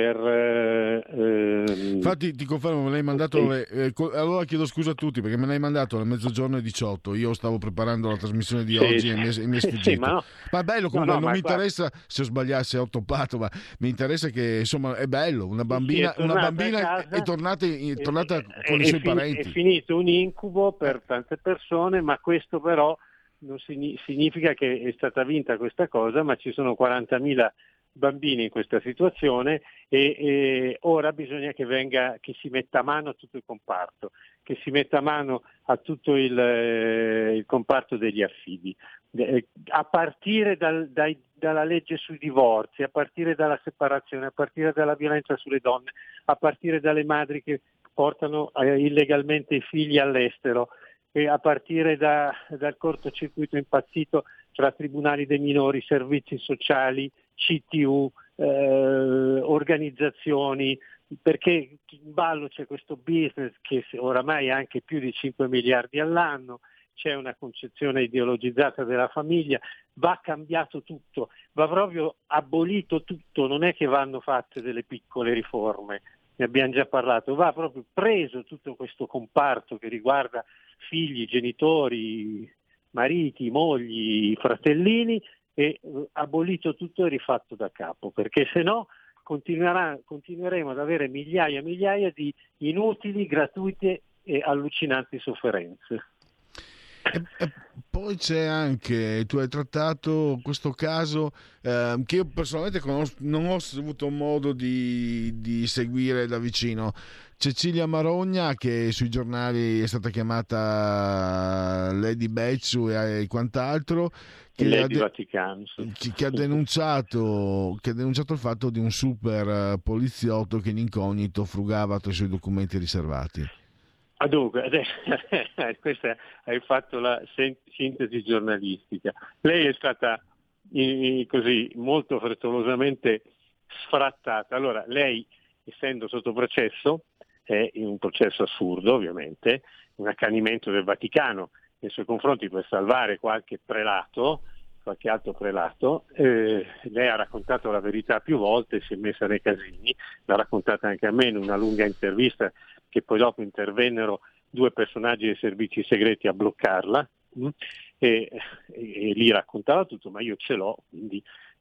Infatti ti confermo, me l'hai mandato allora chiedo scusa a tutti perché me l'hai mandato alle 12:18. Io stavo preparando la trasmissione di oggi e mi è sfuggito. Ma è bello comunque, non mi interessa se ho sbagliato, se ho toppato, ma mi interessa che insomma è bello, una bambina è tornata con i suoi parenti. È finito un incubo per tante persone, ma questo però non significa che è stata vinta questa cosa, ma ci sono 40.000 bambini in questa situazione, e ora bisogna che si metta mano a tutto il comparto, che si metta mano a tutto il comparto degli affidi, a partire dalla legge sui divorzi, a partire dalla separazione, a partire dalla violenza sulle donne, a partire dalle madri che portano illegalmente i figli all'estero, e a partire dal cortocircuito impazzito tra tribunali dei minori, servizi sociali, CTU, organizzazioni, perché in ballo c'è questo business che oramai è anche più di 5 miliardi all'anno, c'è una concezione ideologizzata della famiglia, va cambiato tutto, va proprio abolito tutto, non è che vanno fatte delle piccole riforme, ne abbiamo già parlato, va proprio preso tutto questo comparto che riguarda figli, genitori, mariti, mogli, fratellini, e abolito tutto e rifatto da capo, perché se no continueremo ad avere migliaia e migliaia di inutili, gratuite e allucinanti sofferenze. E poi c'è anche, tu hai trattato questo caso che io personalmente non ho avuto modo di seguire da vicino. Cecilia Marogna, che sui giornali è stata chiamata Lady Becciu e quant'altro, Lady Vaticano, che ha denunciato il fatto di un super poliziotto che in incognito frugava tra i suoi documenti riservati. Dunque, questa hai fatto la sintesi giornalistica. Lei è stata così molto frettolosamente sfrattata. Allora, lei, essendo sotto processo, è in un processo assurdo, ovviamente, un accanimento del Vaticano nei suoi confronti per salvare qualche alto prelato. Lei ha raccontato la verità più volte, si è messa nei casini, l'ha raccontata anche a me in una lunga intervista, che poi dopo intervennero 2 personaggi dei servizi segreti a bloccarla, e lì raccontava tutto, ma io ce l'ho, quindi.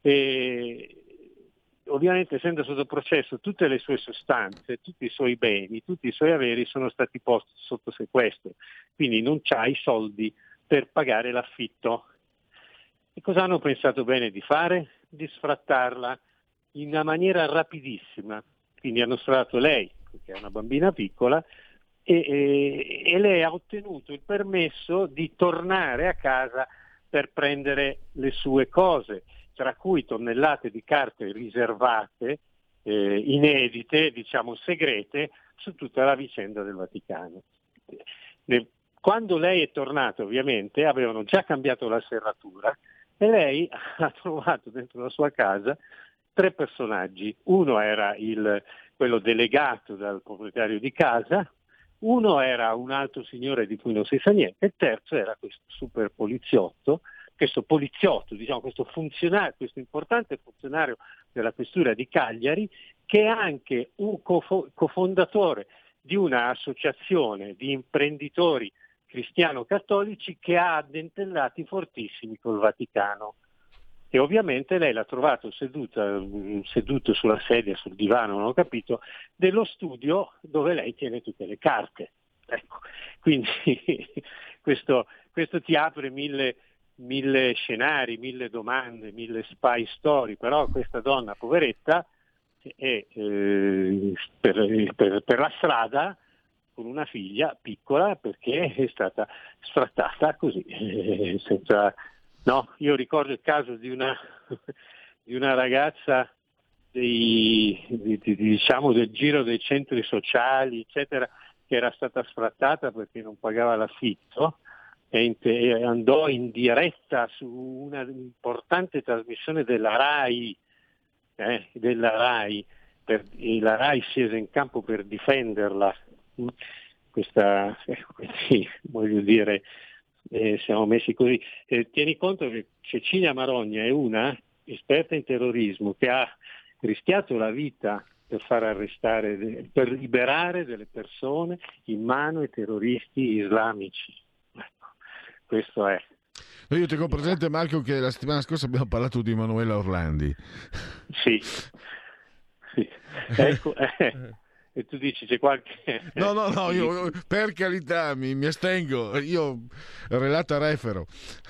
Ovviamente, essendo sotto processo, tutte le sue sostanze, tutti i suoi beni, tutti i suoi averi sono stati posti sotto sequestro, quindi non c'ha i soldi per pagare l'affitto. E cosa hanno pensato bene di fare? Di sfrattarla in una maniera rapidissima. Quindi hanno sfrattato lei, che è una bambina piccola, e lei ha ottenuto il permesso di tornare a casa per prendere le sue cose, tra cui tonnellate di carte riservate, inedite, diciamo segrete, su tutta la vicenda del Vaticano. Quando lei è tornata, ovviamente, avevano già cambiato la serratura e lei ha trovato dentro la sua casa 3 personaggi. Uno era quello delegato dal proprietario di casa, uno era un alto signore di cui non si sa niente, e il terzo era questo super poliziotto, questo funzionario, questo importante funzionario della questura di Cagliari, che è anche un cofondatore di un'associazione di imprenditori cristiano-cattolici che ha addentellati fortissimi col Vaticano. E ovviamente lei l'ha trovato seduto sulla sedia, sul divano, non ho capito, dello studio dove lei tiene tutte le carte. Ecco, quindi questo ti apre mille scenari, 1000 domande, 1000 spy story, però questa donna poveretta è per la strada con una figlia piccola perché è stata sfrattata così, senza. No, io ricordo il caso di una ragazza diciamo del giro dei centri sociali, eccetera, che era stata sfrattata perché non pagava l'affitto e andò in diretta su una importante trasmissione della RAI, e la RAI scese in campo per difenderla. Quindi, voglio dire, siamo messi così. Tieni conto che Cecilia Marogna è una esperta in terrorismo che ha rischiato la vita per far arrestare, per liberare delle persone in mano ai terroristi islamici. Ecco, questo è. Io tengo presente, Marco, che la settimana scorsa abbiamo parlato di Emanuela Orlandi. Sì. Ecco, e tu dici c'è qualche. No, io per carità mi astengo, io relata refero.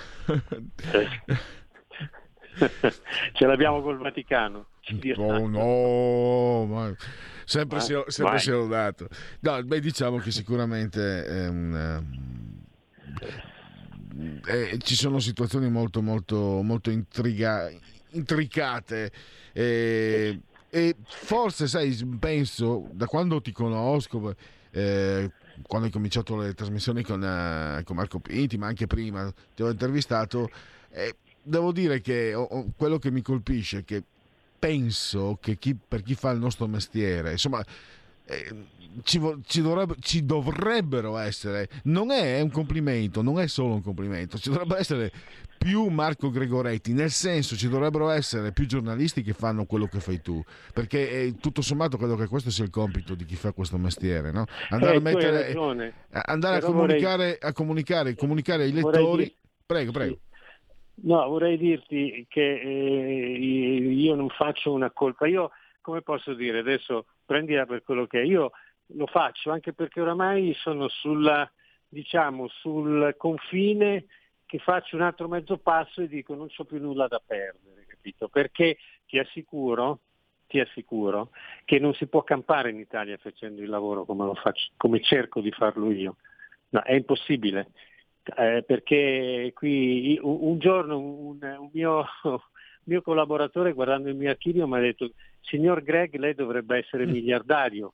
Ce l'abbiamo col Vaticano. No, ma sempre si è lodato. No, diciamo che sicuramente ci sono situazioni molto molto molto intricate e forse, sai, penso, da quando ti conosco, quando hai cominciato le trasmissioni con Marco Pinti, ma anche prima ti ho intervistato, devo dire che quello che mi colpisce è che penso che per chi fa il nostro mestiere, insomma, ci dovrebbero essere, non è un complimento, non è solo un complimento, ci dovrebbe essere più Marco Gregoretti, nel senso ci dovrebbero essere più giornalisti che fanno quello che fai tu, perché tutto sommato credo che questo sia il compito di chi fa questo mestiere, no? Andare a comunicare ai lettori. Prego. Sì. No, vorrei dirti che io non faccio una colpa. Io, come posso dire, adesso prendila per quello che è. Io lo faccio anche perché oramai sono sulla diciamo, sul confine che faccio un altro mezzo passo e dico non c'ho più nulla da perdere, capito? Perché ti assicuro che non si può campare in Italia facendo il lavoro come lo faccio, come cerco di farlo io. No, è impossibile, perché qui un giorno un mio collaboratore, guardando il mio archivio, mi ha detto: signor Greg, lei dovrebbe essere miliardario.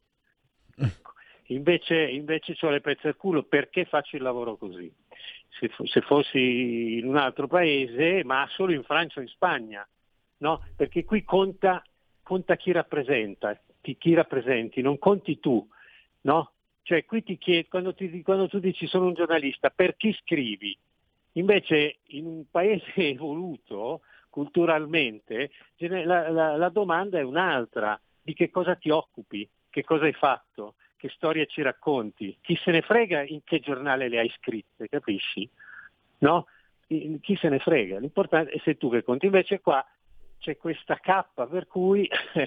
Invece c'ho le pezze al culo, perché faccio il lavoro così. Se fossi in un altro paese, ma solo in Francia o in Spagna, no? Perché qui conta chi rappresenta, chi rappresenti, non conti tu, no? Cioè qui ti chiedi, quando tu dici sono un giornalista, per chi scrivi? Invece in un paese evoluto culturalmente la domanda è un'altra: di che cosa ti occupi, che cosa hai fatto, che storia ci racconti, chi se ne frega in che giornale le hai scritte, capisci? No? Chi se ne frega, l'importante è sei tu che conti. Invece qua c'è questa cappa per cui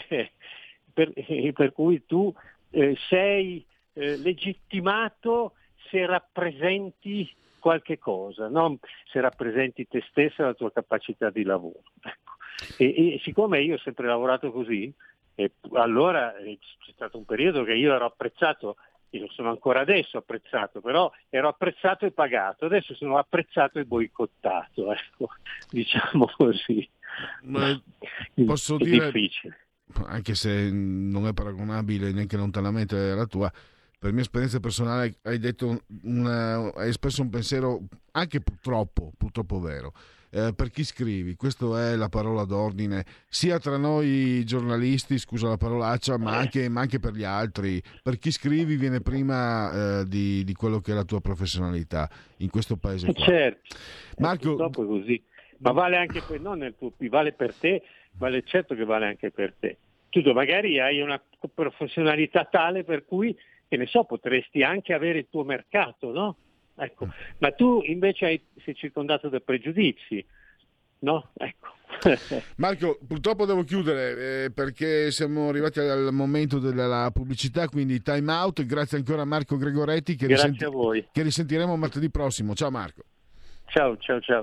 per cui tu sei legittimato se rappresenti qualche cosa, non se rappresenti te stessa e la tua capacità di lavoro. Ecco. E siccome io ho sempre lavorato così, allora c'è stato un periodo che io ero apprezzato, io lo sono ancora adesso apprezzato, però ero apprezzato e pagato, adesso sono apprezzato e boicottato, ecco, diciamo così. Ma posso è dire, difficile. Anche se non è paragonabile neanche lontanamente alla tua, per mia esperienza personale hai espresso un pensiero anche purtroppo vero. Per chi scrivi, questa è la parola d'ordine sia tra noi giornalisti, scusa la parolaccia, ma anche per gli altri. Per chi scrivi viene prima di quello che è la tua professionalità in questo paese qua. Certo, Marco, purtroppo è così, ma vale anche per, non nel tuo, vale per te, certo che vale anche per te. Tu magari hai una professionalità tale per cui, che ne so, potresti anche avere il tuo mercato, no? Ecco, ma tu invece sei circondato da pregiudizi, no? Ecco. Marco, purtroppo devo chiudere perché siamo arrivati al momento della pubblicità, quindi time out. Grazie ancora a Marco Gregoretti Grazie a voi. che risentiremo martedì prossimo. Ciao Marco. Ciao.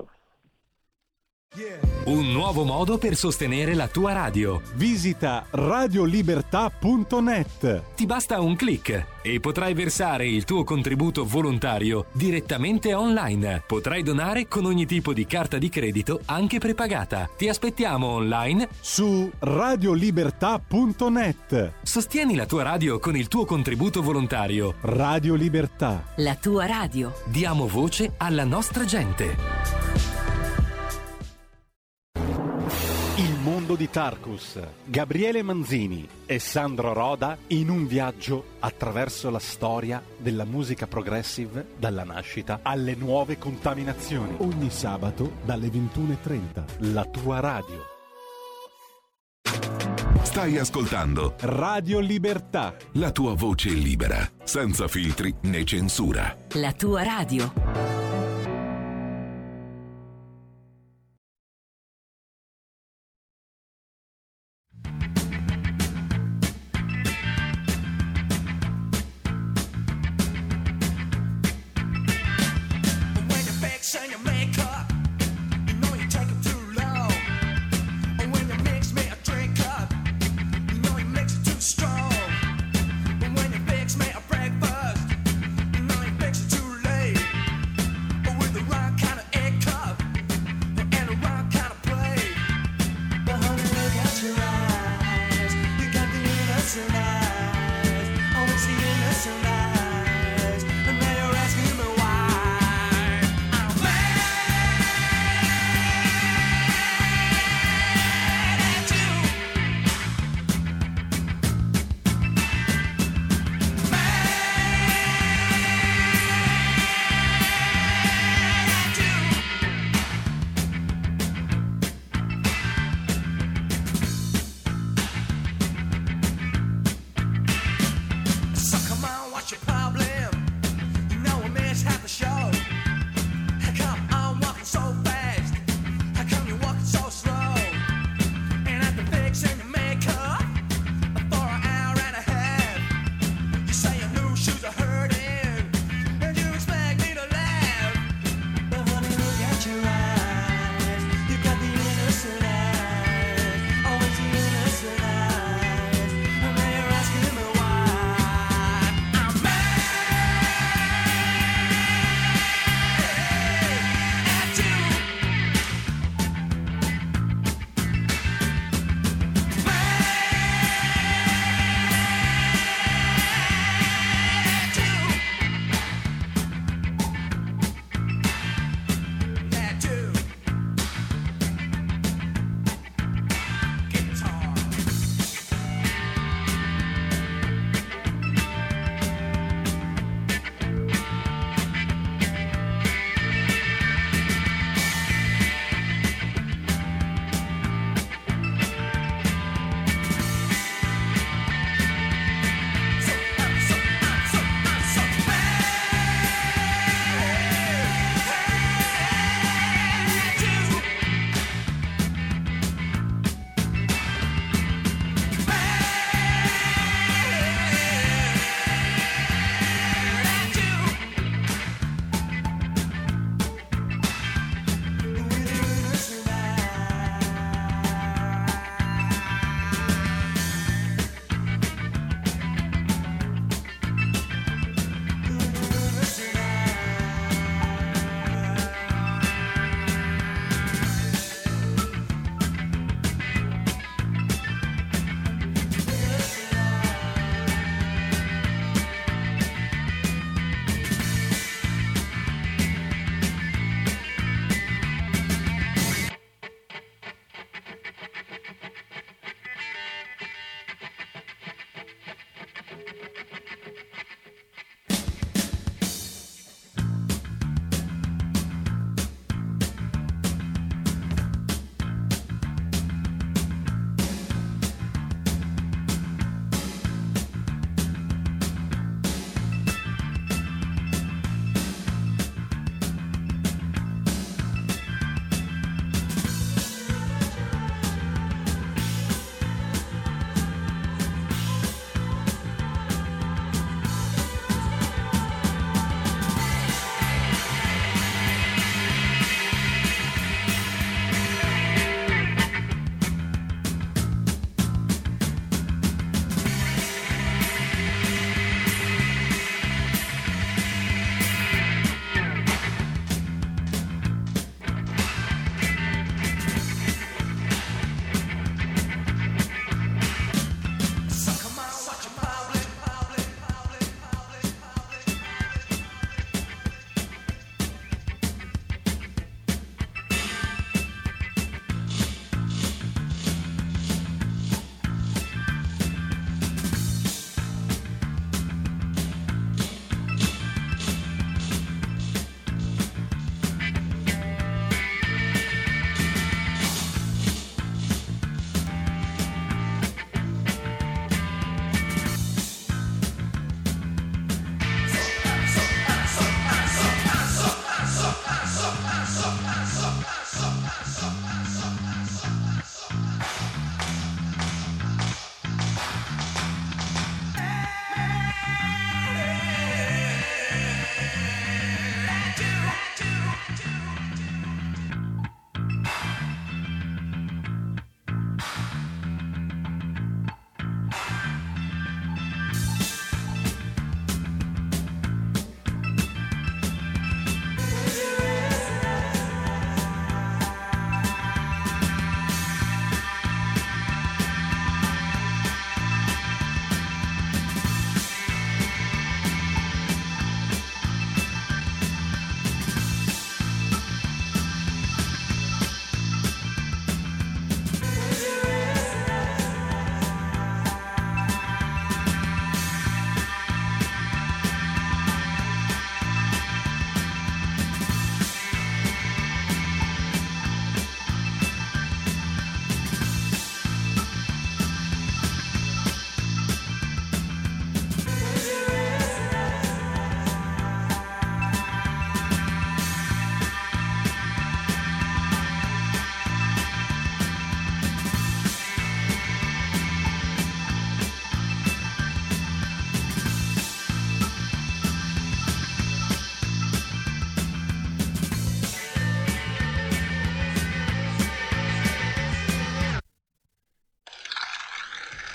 Un nuovo modo per sostenere la tua radio. Visita radiolibertà.net. Ti basta un click e potrai versare il tuo contributo volontario direttamente online. Potrai donare con ogni tipo di carta di credito, anche prepagata. Ti aspettiamo online su radiolibertà.net. Sostieni la tua radio con il tuo contributo volontario. Radio Libertà. La tua radio. Diamo voce alla nostra gente. Il mondo di Tarkus, Gabriele Manzini e Sandro Roda in un viaggio attraverso la storia della musica progressive dalla nascita alle nuove contaminazioni. Ogni sabato dalle 21:30. La tua radio. Stai ascoltando Radio Libertà. La tua voce libera, senza filtri né censura. La tua radio.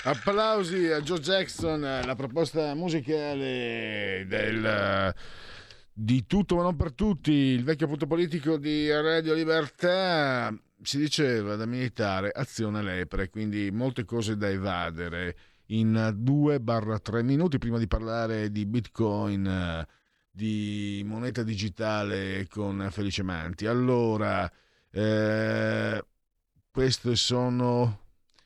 Applausi a Joe Jackson, la proposta musicale di Tutto ma non per tutti, il vecchio punto politico di Radio Libertà. Si diceva da militare azione lepre, quindi molte cose da evadere in 2-3 minuti prima di parlare di Bitcoin, di moneta digitale con Felice Manti. Allora, questi sono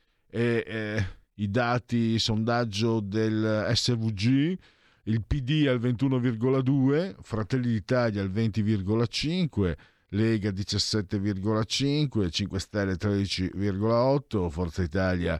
i dati sondaggio del SVG. Il PD al 21,2, Fratelli d'Italia al 20,5, Lega 17,5, 5 Stelle 13,8, Forza Italia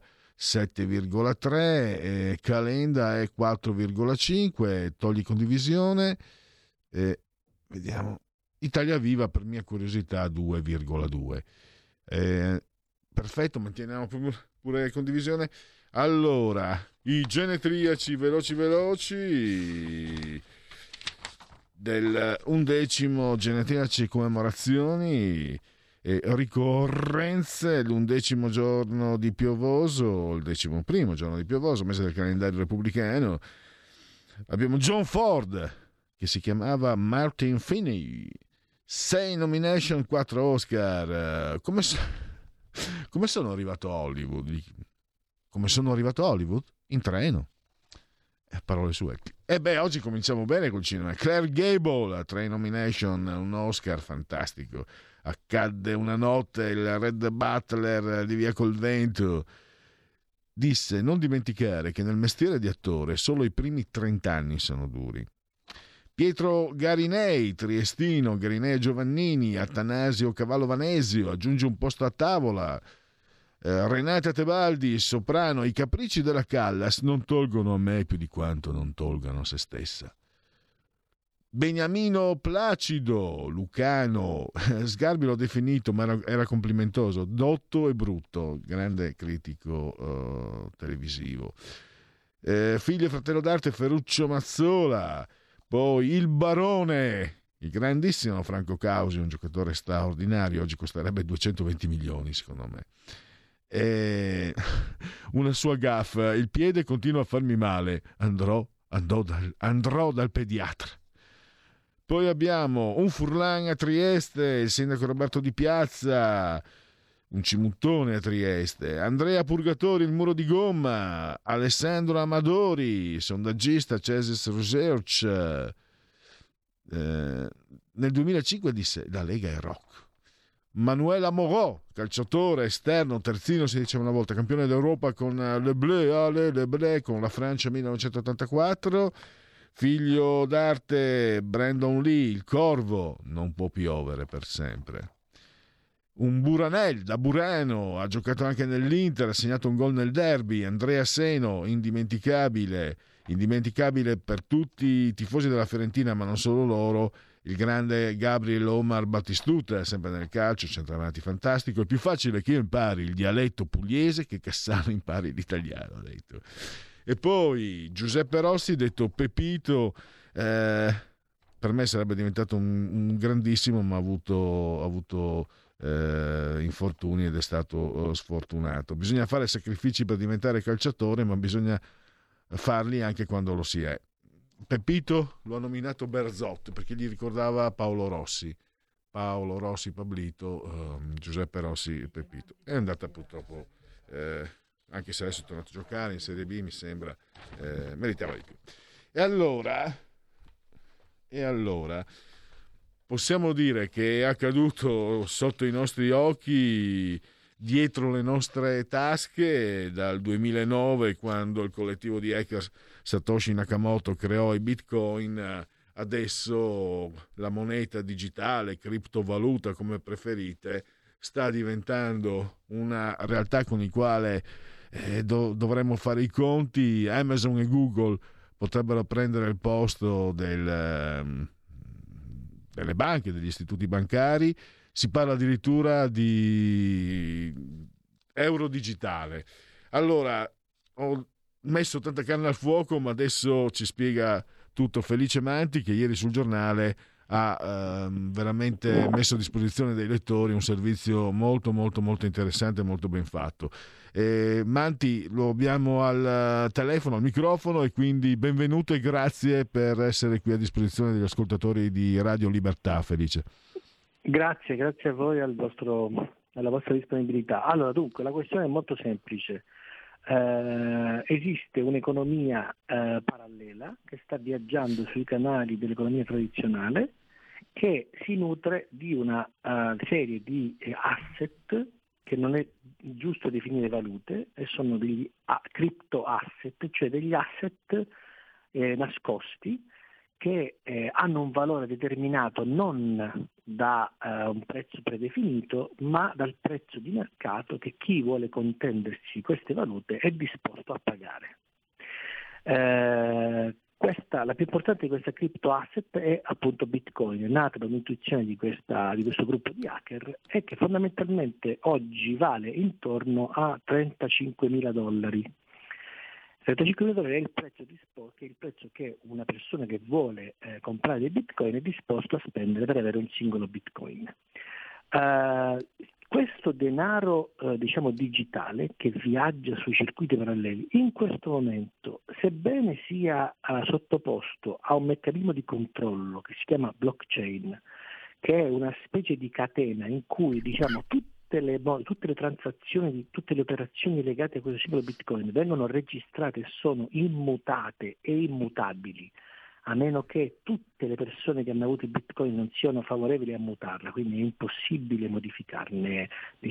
7,3, Calenda è 4,5, togli condivisione, vediamo, Italia Viva per mia curiosità 2,2. Perfetto, manteniamo pure condivisione. Allora, i genetriaci veloci del 11° genetriaci commemorazioni e ricorrenze, l'11° giorno di piovoso, il 11° giorno di piovoso, mese del calendario repubblicano. Abbiamo John Ford, che si chiamava Martin Finney, 6 nomination, 4 Oscar. Come sono arrivato a Hollywood? Come sono arrivato a Hollywood? In treno. Parole sue. Oggi cominciamo bene col cinema. Claire Gable, 3 nomination, un Oscar, fantastico. Accadde una notte, il Red Butler di Via col Vento disse: non dimenticare che nel mestiere di attore solo i primi 30 anni sono duri. Pietro Garinei, triestino, Garinei Giovannini, Atanasio Cavallo Vanesio, aggiunge un posto a tavola. Renata Tebaldi, soprano, i capricci della Callas non tolgono a me più di quanto non tolgano a se stessa. Beniamino Placido, lucano, Sgarbi l'ho definito, ma era complimentoso, dotto e brutto, grande critico televisivo. Figlio e fratello d'arte Ferruccio Mazzola, poi il barone, il grandissimo Franco Causi, un giocatore straordinario, oggi costerebbe 220 milioni secondo me. Una sua gaffa, il piede continua a farmi male, andrò dal pediatra. Poi abbiamo un Furlan a Trieste, il sindaco Roberto Di Piazza, un cimuttone a Trieste, Andrea Purgatori, il muro di gomma, Alessandro Amadori, sondaggista Cesis Research. Nel 2005 disse: la Lega è rock. Manuela Moreau, calciatore esterno, terzino si diceva una volta, campione d'Europa con Le Bleu, con la Francia 1984, figlio d'arte Brandon Lee, il Corvo, non può piovere per sempre. Un Buranel da Burano, ha giocato anche nell'Inter, ha segnato un gol nel derby. Andrea Seno, indimenticabile per tutti i tifosi della Fiorentina, ma non solo loro, il grande Gabriel Omar Battistuta, sempre nel calcio, centravanti fantastico. È più facile che io impari il dialetto pugliese che Cassano impari l'italiano, ha detto. E poi Giuseppe Rossi, detto Pepito, per me sarebbe diventato un grandissimo, ma ha avuto infortuni ed è stato sfortunato. Bisogna fare sacrifici per diventare calciatore, ma bisogna farli anche quando lo si è. Pepito lo ha nominato Berzot perché gli ricordava Paolo Rossi, Pablito, Giuseppe Rossi, Pepito. È andata purtroppo, anche se adesso è tornato a giocare in Serie B, mi sembra meritava di più. E allora possiamo dire che è accaduto sotto i nostri occhi, dietro le nostre tasche, dal 2009, quando il collettivo di hacker Satoshi Nakamoto creò i Bitcoin. Adesso la moneta digitale, criptovaluta come preferite, sta diventando una realtà con la quale dovremmo fare i conti. Amazon e Google potrebbero prendere il posto delle banche, degli istituti bancari. Si parla addirittura di euro digitale. Allora, ho messo tanta carne al fuoco, ma adesso ci spiega tutto Felice Manti, che ieri sul giornale ha veramente messo a disposizione dei lettori un servizio molto molto molto interessante e molto ben fatto. Manti, lo abbiamo al telefono, al microfono, e quindi benvenuto e grazie per essere qui a disposizione degli ascoltatori di Radio Libertà. Felice. Grazie a voi, alla vostra disponibilità. Allora, dunque, la questione è molto semplice. Esiste un'economia parallela che sta viaggiando sui canali dell'economia tradizionale, che si nutre di una serie di asset che non è giusto definire valute, e sono degli crypto asset, cioè degli asset nascosti che hanno un valore determinato non da un prezzo predefinito, ma dal prezzo di mercato che chi vuole contendersi queste valute è disposto a pagare. La più importante di questa crypto asset è appunto Bitcoin, è nata da un'intuizione di questo gruppo di hacker, e che fondamentalmente oggi vale intorno a $35.000. $35.000 è il prezzo disposto, che è il prezzo che una persona che vuole comprare dei Bitcoin è disposto a spendere per avere un singolo Bitcoin. Questo denaro digitale che viaggia sui circuiti paralleli in questo momento, sebbene sia sottoposto a un meccanismo di controllo che si chiama blockchain, che è una specie di catena in cui tutte le transazioni, tutte le operazioni legate a questo singolo Bitcoin vengono registrate e sono immutate e immutabili, a meno che tutte le persone che hanno avuto i Bitcoin non siano favorevoli a mutarla, quindi è impossibile modificarne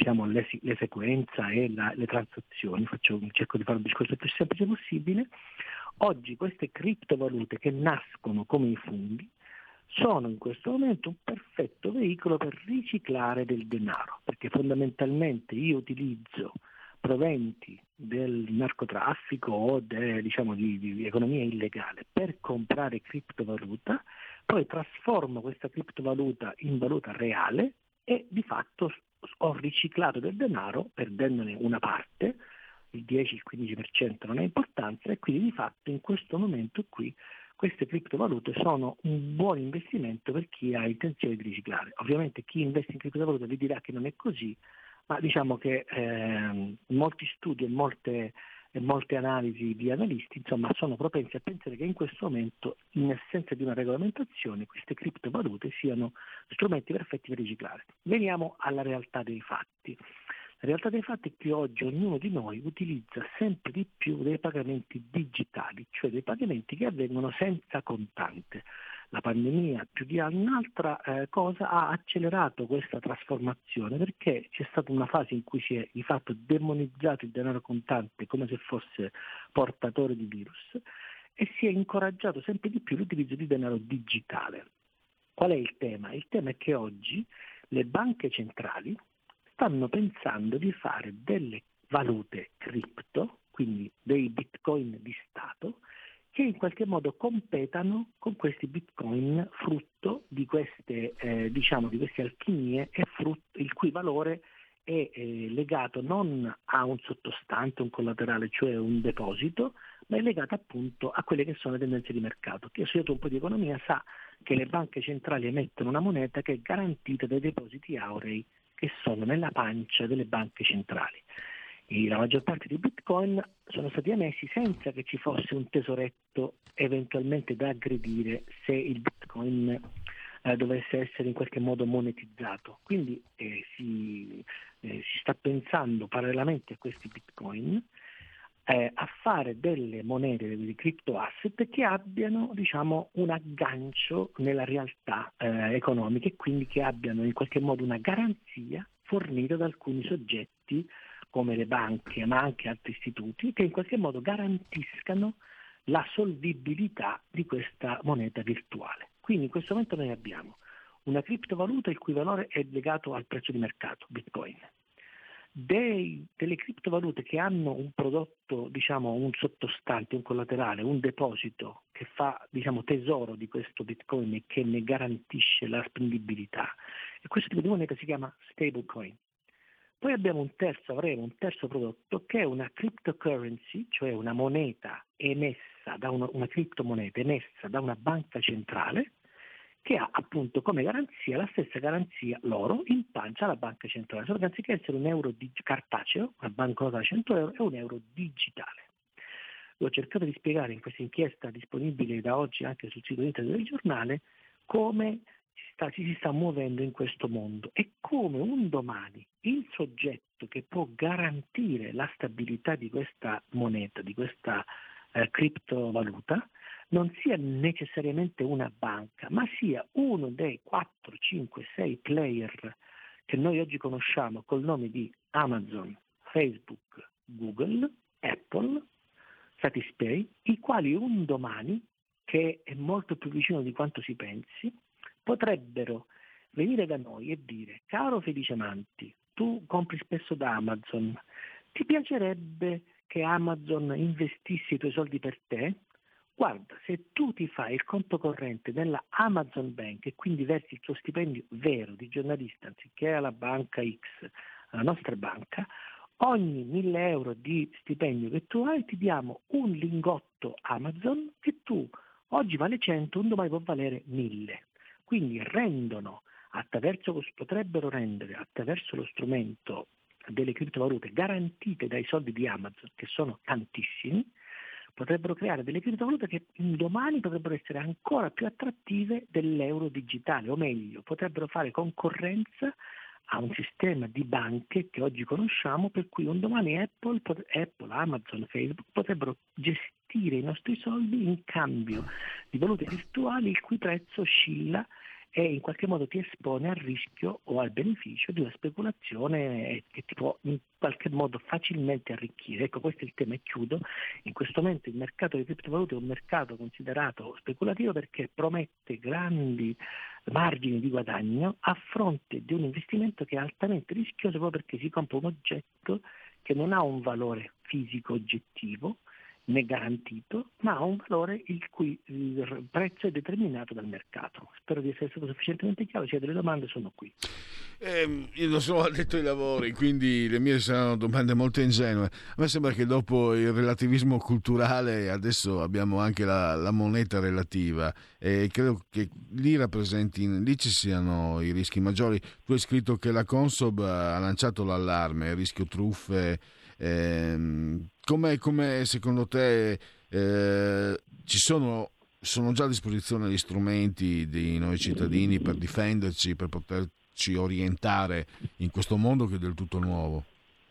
le sequenza e le transazioni. Cerco di fare un discorso il più semplice possibile. Oggi queste criptovalute, che nascono come i funghi, sono in questo momento un perfetto veicolo per riciclare del denaro, perché fondamentalmente io utilizzo proventi del narcotraffico o di economia illegale per comprare criptovaluta, poi trasformo questa criptovaluta in valuta reale e di fatto ho riciclato del denaro perdendone una parte, il 10, il 15% non ha importanza, e quindi di fatto in questo momento qui queste criptovalute sono un buon investimento per chi ha intenzione di riciclare. Ovviamente chi investe in criptovalute vi dirà che non è così, ma diciamo che molti studi e molte analisi di analisti sono propensi a pensare che in questo momento, in assenza di una regolamentazione, queste criptovalute siano strumenti perfetti per riciclare. Veniamo alla realtà dei fatti. La realtà dei fatti è che oggi ognuno di noi utilizza sempre di più dei pagamenti digitali, cioè dei pagamenti che avvengono senza contante. La pandemia, più di un'altra cosa, ha accelerato questa trasformazione, perché c'è stata una fase in cui si è di fatto demonizzato il denaro contante come se fosse portatore di virus, e si è incoraggiato sempre di più l'utilizzo di denaro digitale. Qual è il tema? Il tema è che oggi le banche centrali stanno pensando di fare delle valute cripto, quindi dei bitcoin di Stato, che in qualche modo competano con questi bitcoin, frutto di queste alchimie, e il cui valore è legato non a un sottostante, un collaterale, cioè un deposito, ma è legato appunto a quelle che sono le tendenze di mercato. Chi ha studiato un po' di economia sa che le banche centrali emettono una moneta che è garantita dai depositi aurei che sono nella pancia delle banche centrali. La maggior parte dei bitcoin sono stati emessi senza che ci fosse un tesoretto eventualmente da aggredire se il bitcoin dovesse essere in qualche modo monetizzato. Quindi si sta pensando parallelamente a questi bitcoin a fare delle monete, dei crypto asset che abbiano un aggancio nella realtà economica, e quindi che abbiano in qualche modo una garanzia fornita da alcuni soggetti come le banche, ma anche altri istituti, che in qualche modo garantiscano la solvibilità di questa moneta virtuale. Quindi in questo momento noi abbiamo una criptovaluta il cui valore è legato al prezzo di mercato, Bitcoin, delle criptovalute che hanno un prodotto, un sottostante, un collaterale, un deposito che fa tesoro di questo Bitcoin e che ne garantisce la spendibilità, e questo tipo di moneta si chiama stablecoin. Poi avremo un terzo prodotto che è una cryptocurrency, cioè una moneta emessa da una criptomoneta emessa da una banca centrale, che ha appunto come garanzia la stessa garanzia l'oro in pancia alla banca centrale, solo che anziché essere un euro cartaceo, una banconota da 100 euro, è un euro digitale. Ho cercato di spiegare in questa inchiesta disponibile da oggi anche sul sito internet del giornale come si sta muovendo in questo mondo e come un domani il soggetto che può garantire la stabilità di questa moneta, di questa criptovaluta, non sia necessariamente una banca, ma sia uno dei 4, 5, 6 player che noi oggi conosciamo col nome di Amazon, Facebook, Google, Apple, Satispay, i quali un domani, che è molto più vicino di quanto si pensi, potrebbero venire da noi e dire: caro Felice Manti, tu compri spesso da Amazon, ti piacerebbe che Amazon investisse i tuoi soldi per te? Guarda, se tu ti fai il conto corrente nella Amazon Bank e quindi versi il tuo stipendio vero di giornalista anziché alla banca X, alla nostra banca, ogni 1.000 euro di stipendio che tu hai ti diamo un lingotto Amazon che tu oggi vale 100, un domani può valere 1.000. Quindi potrebbero rendere attraverso lo strumento delle criptovalute garantite dai soldi di Amazon, che sono tantissimi, potrebbero creare delle criptovalute che domani potrebbero essere ancora più attrattive dell'euro digitale, o meglio, potrebbero fare concorrenza a un sistema di banche che oggi conosciamo, per cui un domani Apple, Amazon, Facebook potrebbero gestire i nostri soldi in cambio di valute virtuali il cui prezzo oscilla e in qualche modo ti espone al rischio o al beneficio di una speculazione che ti può in qualche modo facilmente arricchire. Ecco, questo è il tema e chiudo. In questo momento il mercato delle criptovalute è un mercato considerato speculativo perché promette grandi margini di guadagno a fronte di un investimento che è altamente rischioso proprio perché si compra un oggetto che non ha un valore fisico oggettivo né garantito, ma ha un valore il cui prezzo è determinato dal mercato. Spero di essere stato sufficientemente chiaro. Se hai delle domande sono qui. Io non sono addetto ai lavori, quindi le mie saranno domande molto ingenue. A me sembra che dopo il relativismo culturale adesso abbiamo anche la moneta relativa e credo che lì ci siano i rischi maggiori. Tu hai scritto che la Consob ha lanciato l'allarme, il rischio truffe. Come secondo te sono già a disposizione gli strumenti di noi cittadini per difenderci, per poterci orientare in questo mondo che è del tutto nuovo?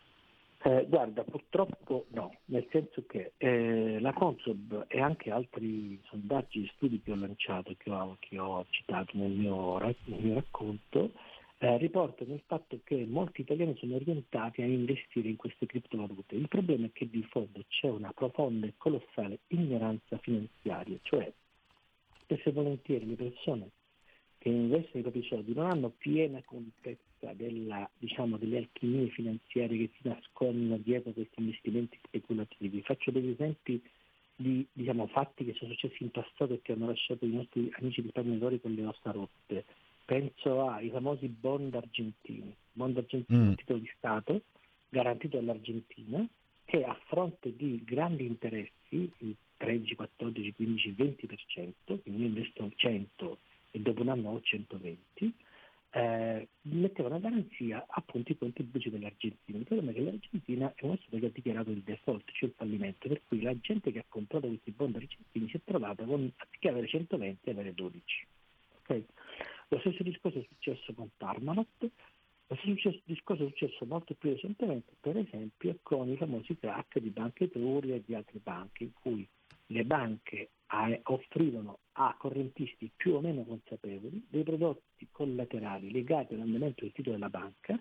Guarda, purtroppo no, nel senso che la Consob e anche altri sondaggi e studi che ho lanciato, che ho citato nel mio racconto, riportano il fatto che molti italiani sono orientati a investire in queste criptovalute. Il problema è che di fondo c'è una profonda e colossale ignoranza finanziaria, cioè spesso e volentieri le persone che investono i propri soldi non hanno piena contezza delle alchimie finanziarie che si nascondono dietro questi investimenti speculativi. Faccio degli esempi di fatti che sono successi in passato e che hanno lasciato i nostri amici risparmiatori con le ossa rotte. Penso ai famosi bond argentini, un titolo di Stato garantito dall'Argentina che a fronte di grandi interessi, il 13, 14, 15, 20%, quindi io investo 100 e dopo un anno ho 120, mettevano a garanzia appunto i conti pubblici dell'Argentina. Il problema è che l'Argentina è uno Stato che ha dichiarato il default, cioè il fallimento, per cui la gente che ha comprato questi bond argentini si è trovata con, anziché avere 120, avere 12. Okay? Lo stesso discorso è successo con Parmalat, lo stesso discorso è successo molto più recentemente, per esempio, con i famosi crack di Banca Etruria e di altre banche, in cui le banche offrivano a correntisti più o meno consapevoli dei prodotti collaterali legati all'andamento del titolo della banca,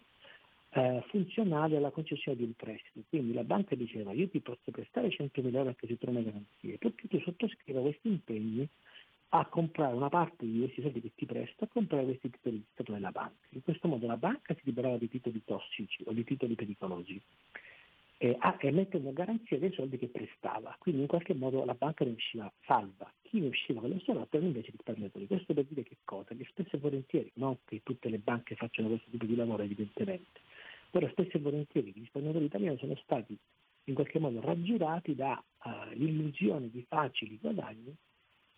funzionali alla concessione di un prestito. Quindi la banca diceva: io ti posso prestare 100.000 euro anche se tu non hai garanzie, perché tu sottoscriva questi impegni a comprare una parte di questi soldi che ti presto, a comprare questi titoli di Stato della banca. In questo modo la banca si liberava di titoli tossici o di titoli pericolosi e mettendo a garanzia dei soldi che prestava. Quindi in qualche modo la banca ne usciva salva. Chi ne usciva con le sue erano invece i risparmiatori. Questo per dire che cosa? Che spesso e volentieri, non che tutte le banche facciano questo tipo di lavoro evidentemente, però spesso e volentieri i risparmiatori italiani sono stati in qualche modo raggirati da illusioni di facili guadagni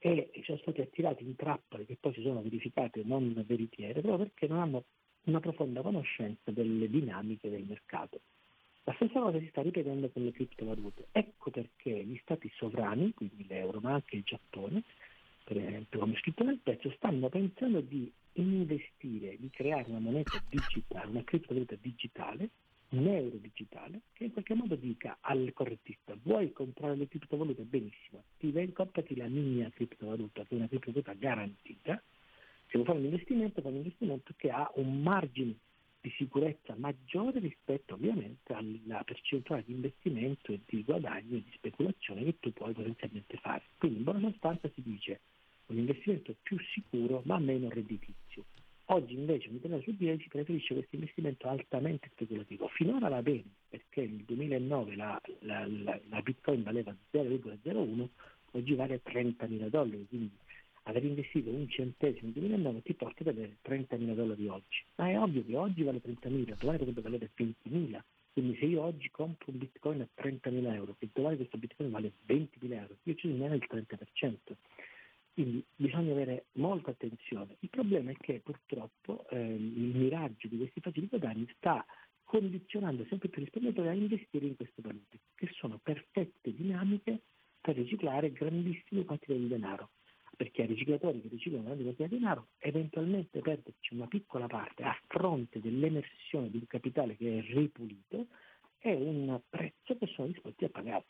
e sono stati attirati in trappole che poi si sono verificate non veritiere, proprio perché non hanno una profonda conoscenza delle dinamiche del mercato. La stessa cosa si sta ripetendo con le criptovalute. Ecco perché gli stati sovrani, quindi l'euro, ma anche il Giappone, per esempio, come scritto nel pezzo, stanno pensando di investire, di creare una moneta digitale, una criptovaluta digitale, un euro digitale, che in qualche modo dica al correntista: vuoi comprare le criptovalute? Benissimo, comprati la mia criptovaluta, che è una criptovaluta garantita. Se vuoi fare un investimento, fai un investimento che ha un margine di sicurezza maggiore rispetto ovviamente alla percentuale di investimento e di guadagno e di speculazione che tu puoi potenzialmente fare. Quindi in buona sostanza si dice un investimento più sicuro ma meno redditizio. Oggi invece un italiano su 10 preferisce questo investimento altamente speculativo. Finora va bene, perché nel 2009 la Bitcoin valeva 0,01, oggi vale $30.000, quindi aver investito un centesimo nel 2009 ti porta ad avere $30.000 oggi. Ma è ovvio che oggi vale 30.000, domani potrebbe valere 20.000. Quindi se io oggi compro un Bitcoin a 30.000 euro, che domani questo Bitcoin vale 20.000 euro, io ci rimane il 30%. Quindi bisogna avere molta attenzione. Il problema è che purtroppo il miraggio di questi facili guadagni sta condizionando sempre più i risparmiatori a investire in queste valute, che sono perfette dinamiche per riciclare grandissime quantità di denaro. Perché ai riciclatori che riciclano grandi quantità di denaro, eventualmente perderci una piccola parte a fronte dell'emersione di un capitale che è ripulito è un prezzo che sono disposti a pagare.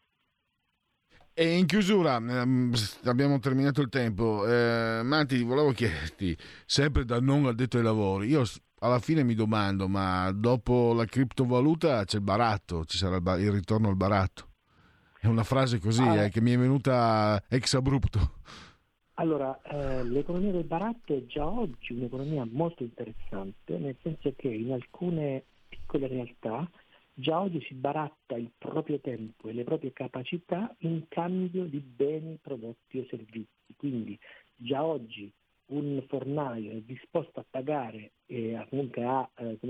E in chiusura, abbiamo terminato il tempo, Manti, volevo chiederti, sempre da non addetto ai lavori, io alla fine mi domando, ma dopo la criptovaluta c'è il baratto, ci sarà il ritorno al baratto? È una frase così che mi è venuta ex abrupto. Allora, l'economia del baratto è già oggi un'economia molto interessante, nel senso che in alcune piccole realtà già oggi si baratta il proprio tempo e le proprie capacità in cambio di beni, prodotti o servizi. Quindi già oggi un fornaio è disposto a pagare e comunque a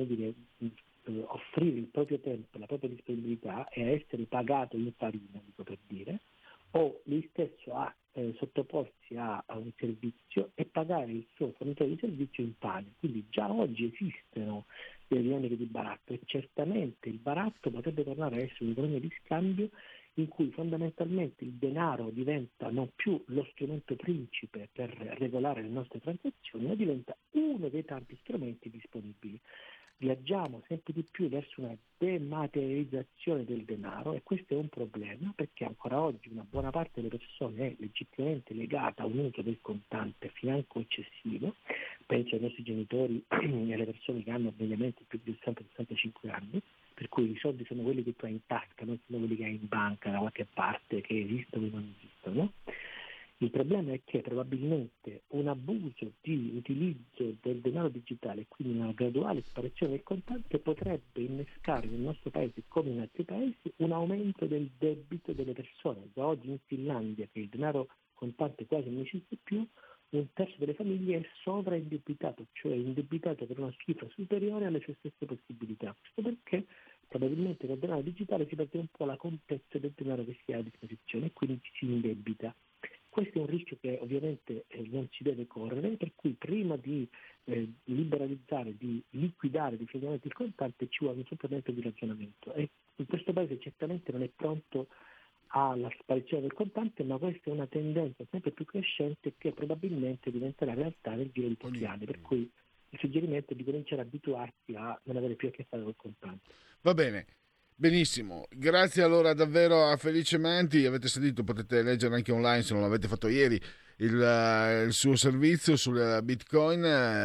offrire il proprio tempo, la propria disponibilità e a essere pagato in farina, dico per dire, o lui stesso a sottoporsi a un servizio e pagare il suo fornitore di servizio in pane. Quindi già oggi esistono delle dinamiche di baratto e certamente il baratto potrebbe tornare a essere un'economia di scambio in cui fondamentalmente il denaro diventa non più lo strumento principe per regolare le nostre transazioni, ma diventa uno dei tanti strumenti disponibili. Viaggiamo sempre di più verso una dematerializzazione del denaro e questo è un problema perché ancora oggi una buona parte delle persone è legittimamente legata a un uso del contante financo eccessivo. Penso ai nostri genitori e alle persone che hanno mediamente più di 60-65 anni, per cui i soldi sono quelli che tu hai in tasca, non sono quelli che hai in banca da qualche parte, che esistono o non esistono. Il problema è che probabilmente un abuso di utilizzo del denaro digitale, quindi una graduale sparizione del contante, potrebbe innescare nel nostro paese, come in altri paesi, un aumento del debito delle persone. Da oggi in Finlandia, che il denaro contante quasi non esiste più, un terzo delle famiglie è sovraindebitato, cioè indebitato per una cifra superiore alle sue stesse possibilità. Questo perché probabilmente con il denaro digitale si perde un po' la contezza del denaro che si ha a disposizione e quindi ci si indebita. Questo è un rischio che ovviamente non si deve correre, per cui prima di liberalizzare, di liquidare definitivamente il contante ci vuole un supplemento di ragionamento. E in questo paese certamente non è pronto alla sparizione del contante, ma questa è una tendenza sempre più crescente che probabilmente diventerà realtà nel giro di pochi anni, per cui il suggerimento è di cominciare a abituarsi a non avere più a che fare col contante. Va bene. Benissimo, grazie allora davvero a Felice Manti, avete sentito, potete leggere anche online se non l'avete fatto ieri il suo servizio sulla Bitcoin,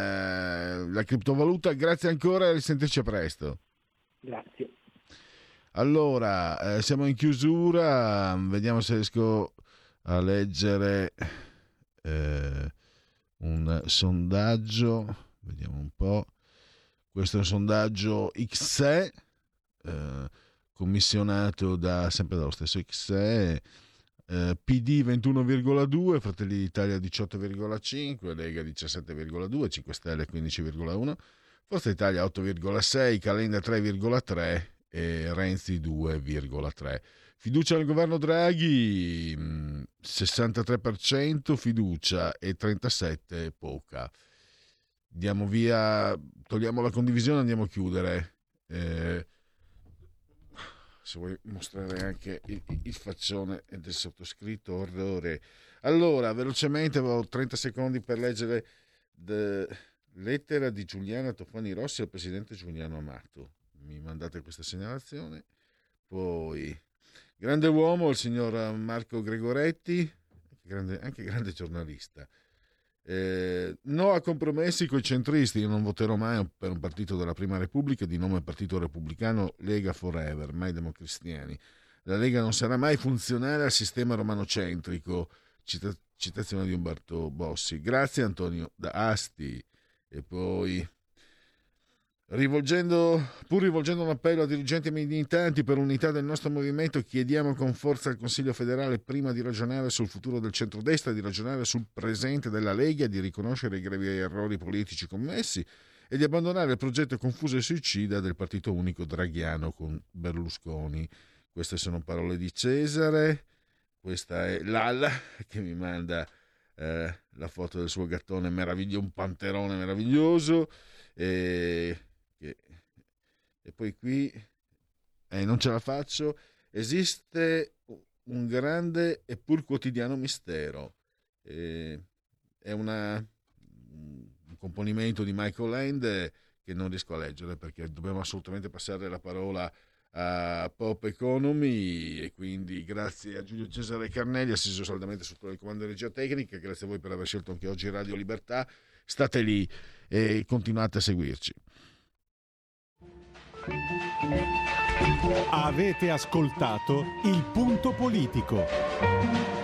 la criptovaluta. Grazie ancora e risentirci presto. Grazie. Allora, siamo in chiusura, vediamo se riesco a leggere un sondaggio, vediamo un po', questo è un sondaggio XE, commissionato sempre dallo stesso XE, PD 21,2, Fratelli d'Italia 18,5, Lega 17,2, 5 Stelle 15,1, Forza Italia 8,6, Calenda 3,3 e Renzi 2,3. Fiducia al governo Draghi, 63% fiducia e 37% poca. Andiamo via, togliamo la condivisione, andiamo a chiudere. Se vuoi mostrare anche il faccione del sottoscritto, orrore. Allora, velocemente, avevo 30 secondi per leggere lettera di Giuliana Tofani Rossi al presidente Giuliano Amato. Mi mandate questa segnalazione. Poi, grande uomo, il signor Marco Gregoretti, anche grande giornalista. No a compromessi coi centristi. Io non voterò mai per un partito della Prima Repubblica di nome Partito Repubblicano, Lega Forever, mai democristiani. La Lega non sarà mai funzionale al sistema romanocentrico. Citazione di Umberto Bossi. Grazie Antonio da Asti. E poi, rivolgendo un appello a dirigenti e militanti per l'unità del nostro movimento, chiediamo con forza al Consiglio federale, prima di ragionare sul futuro del centrodestra, di ragionare sul presente della Lega, di riconoscere i gravi errori politici commessi e di abbandonare il progetto confuso e suicida del partito unico draghiano con Berlusconi. Queste sono parole di Cesare. Questa è Lalla che mi manda la foto del suo gattone meraviglioso, un panterone meraviglioso. E poi qui non ce la faccio. Esiste un grande e pur quotidiano mistero. È un componimento di Michael Land che non riesco a leggere perché dobbiamo assolutamente passare la parola a Pop Economy, e quindi grazie a Giulio Cesare Carnelli, assiso saldamente sotto il comando di regia tecnica. Grazie a voi per aver scelto anche oggi Radio Libertà. State lì e continuate a seguirci. Avete ascoltato Il Punto Politico.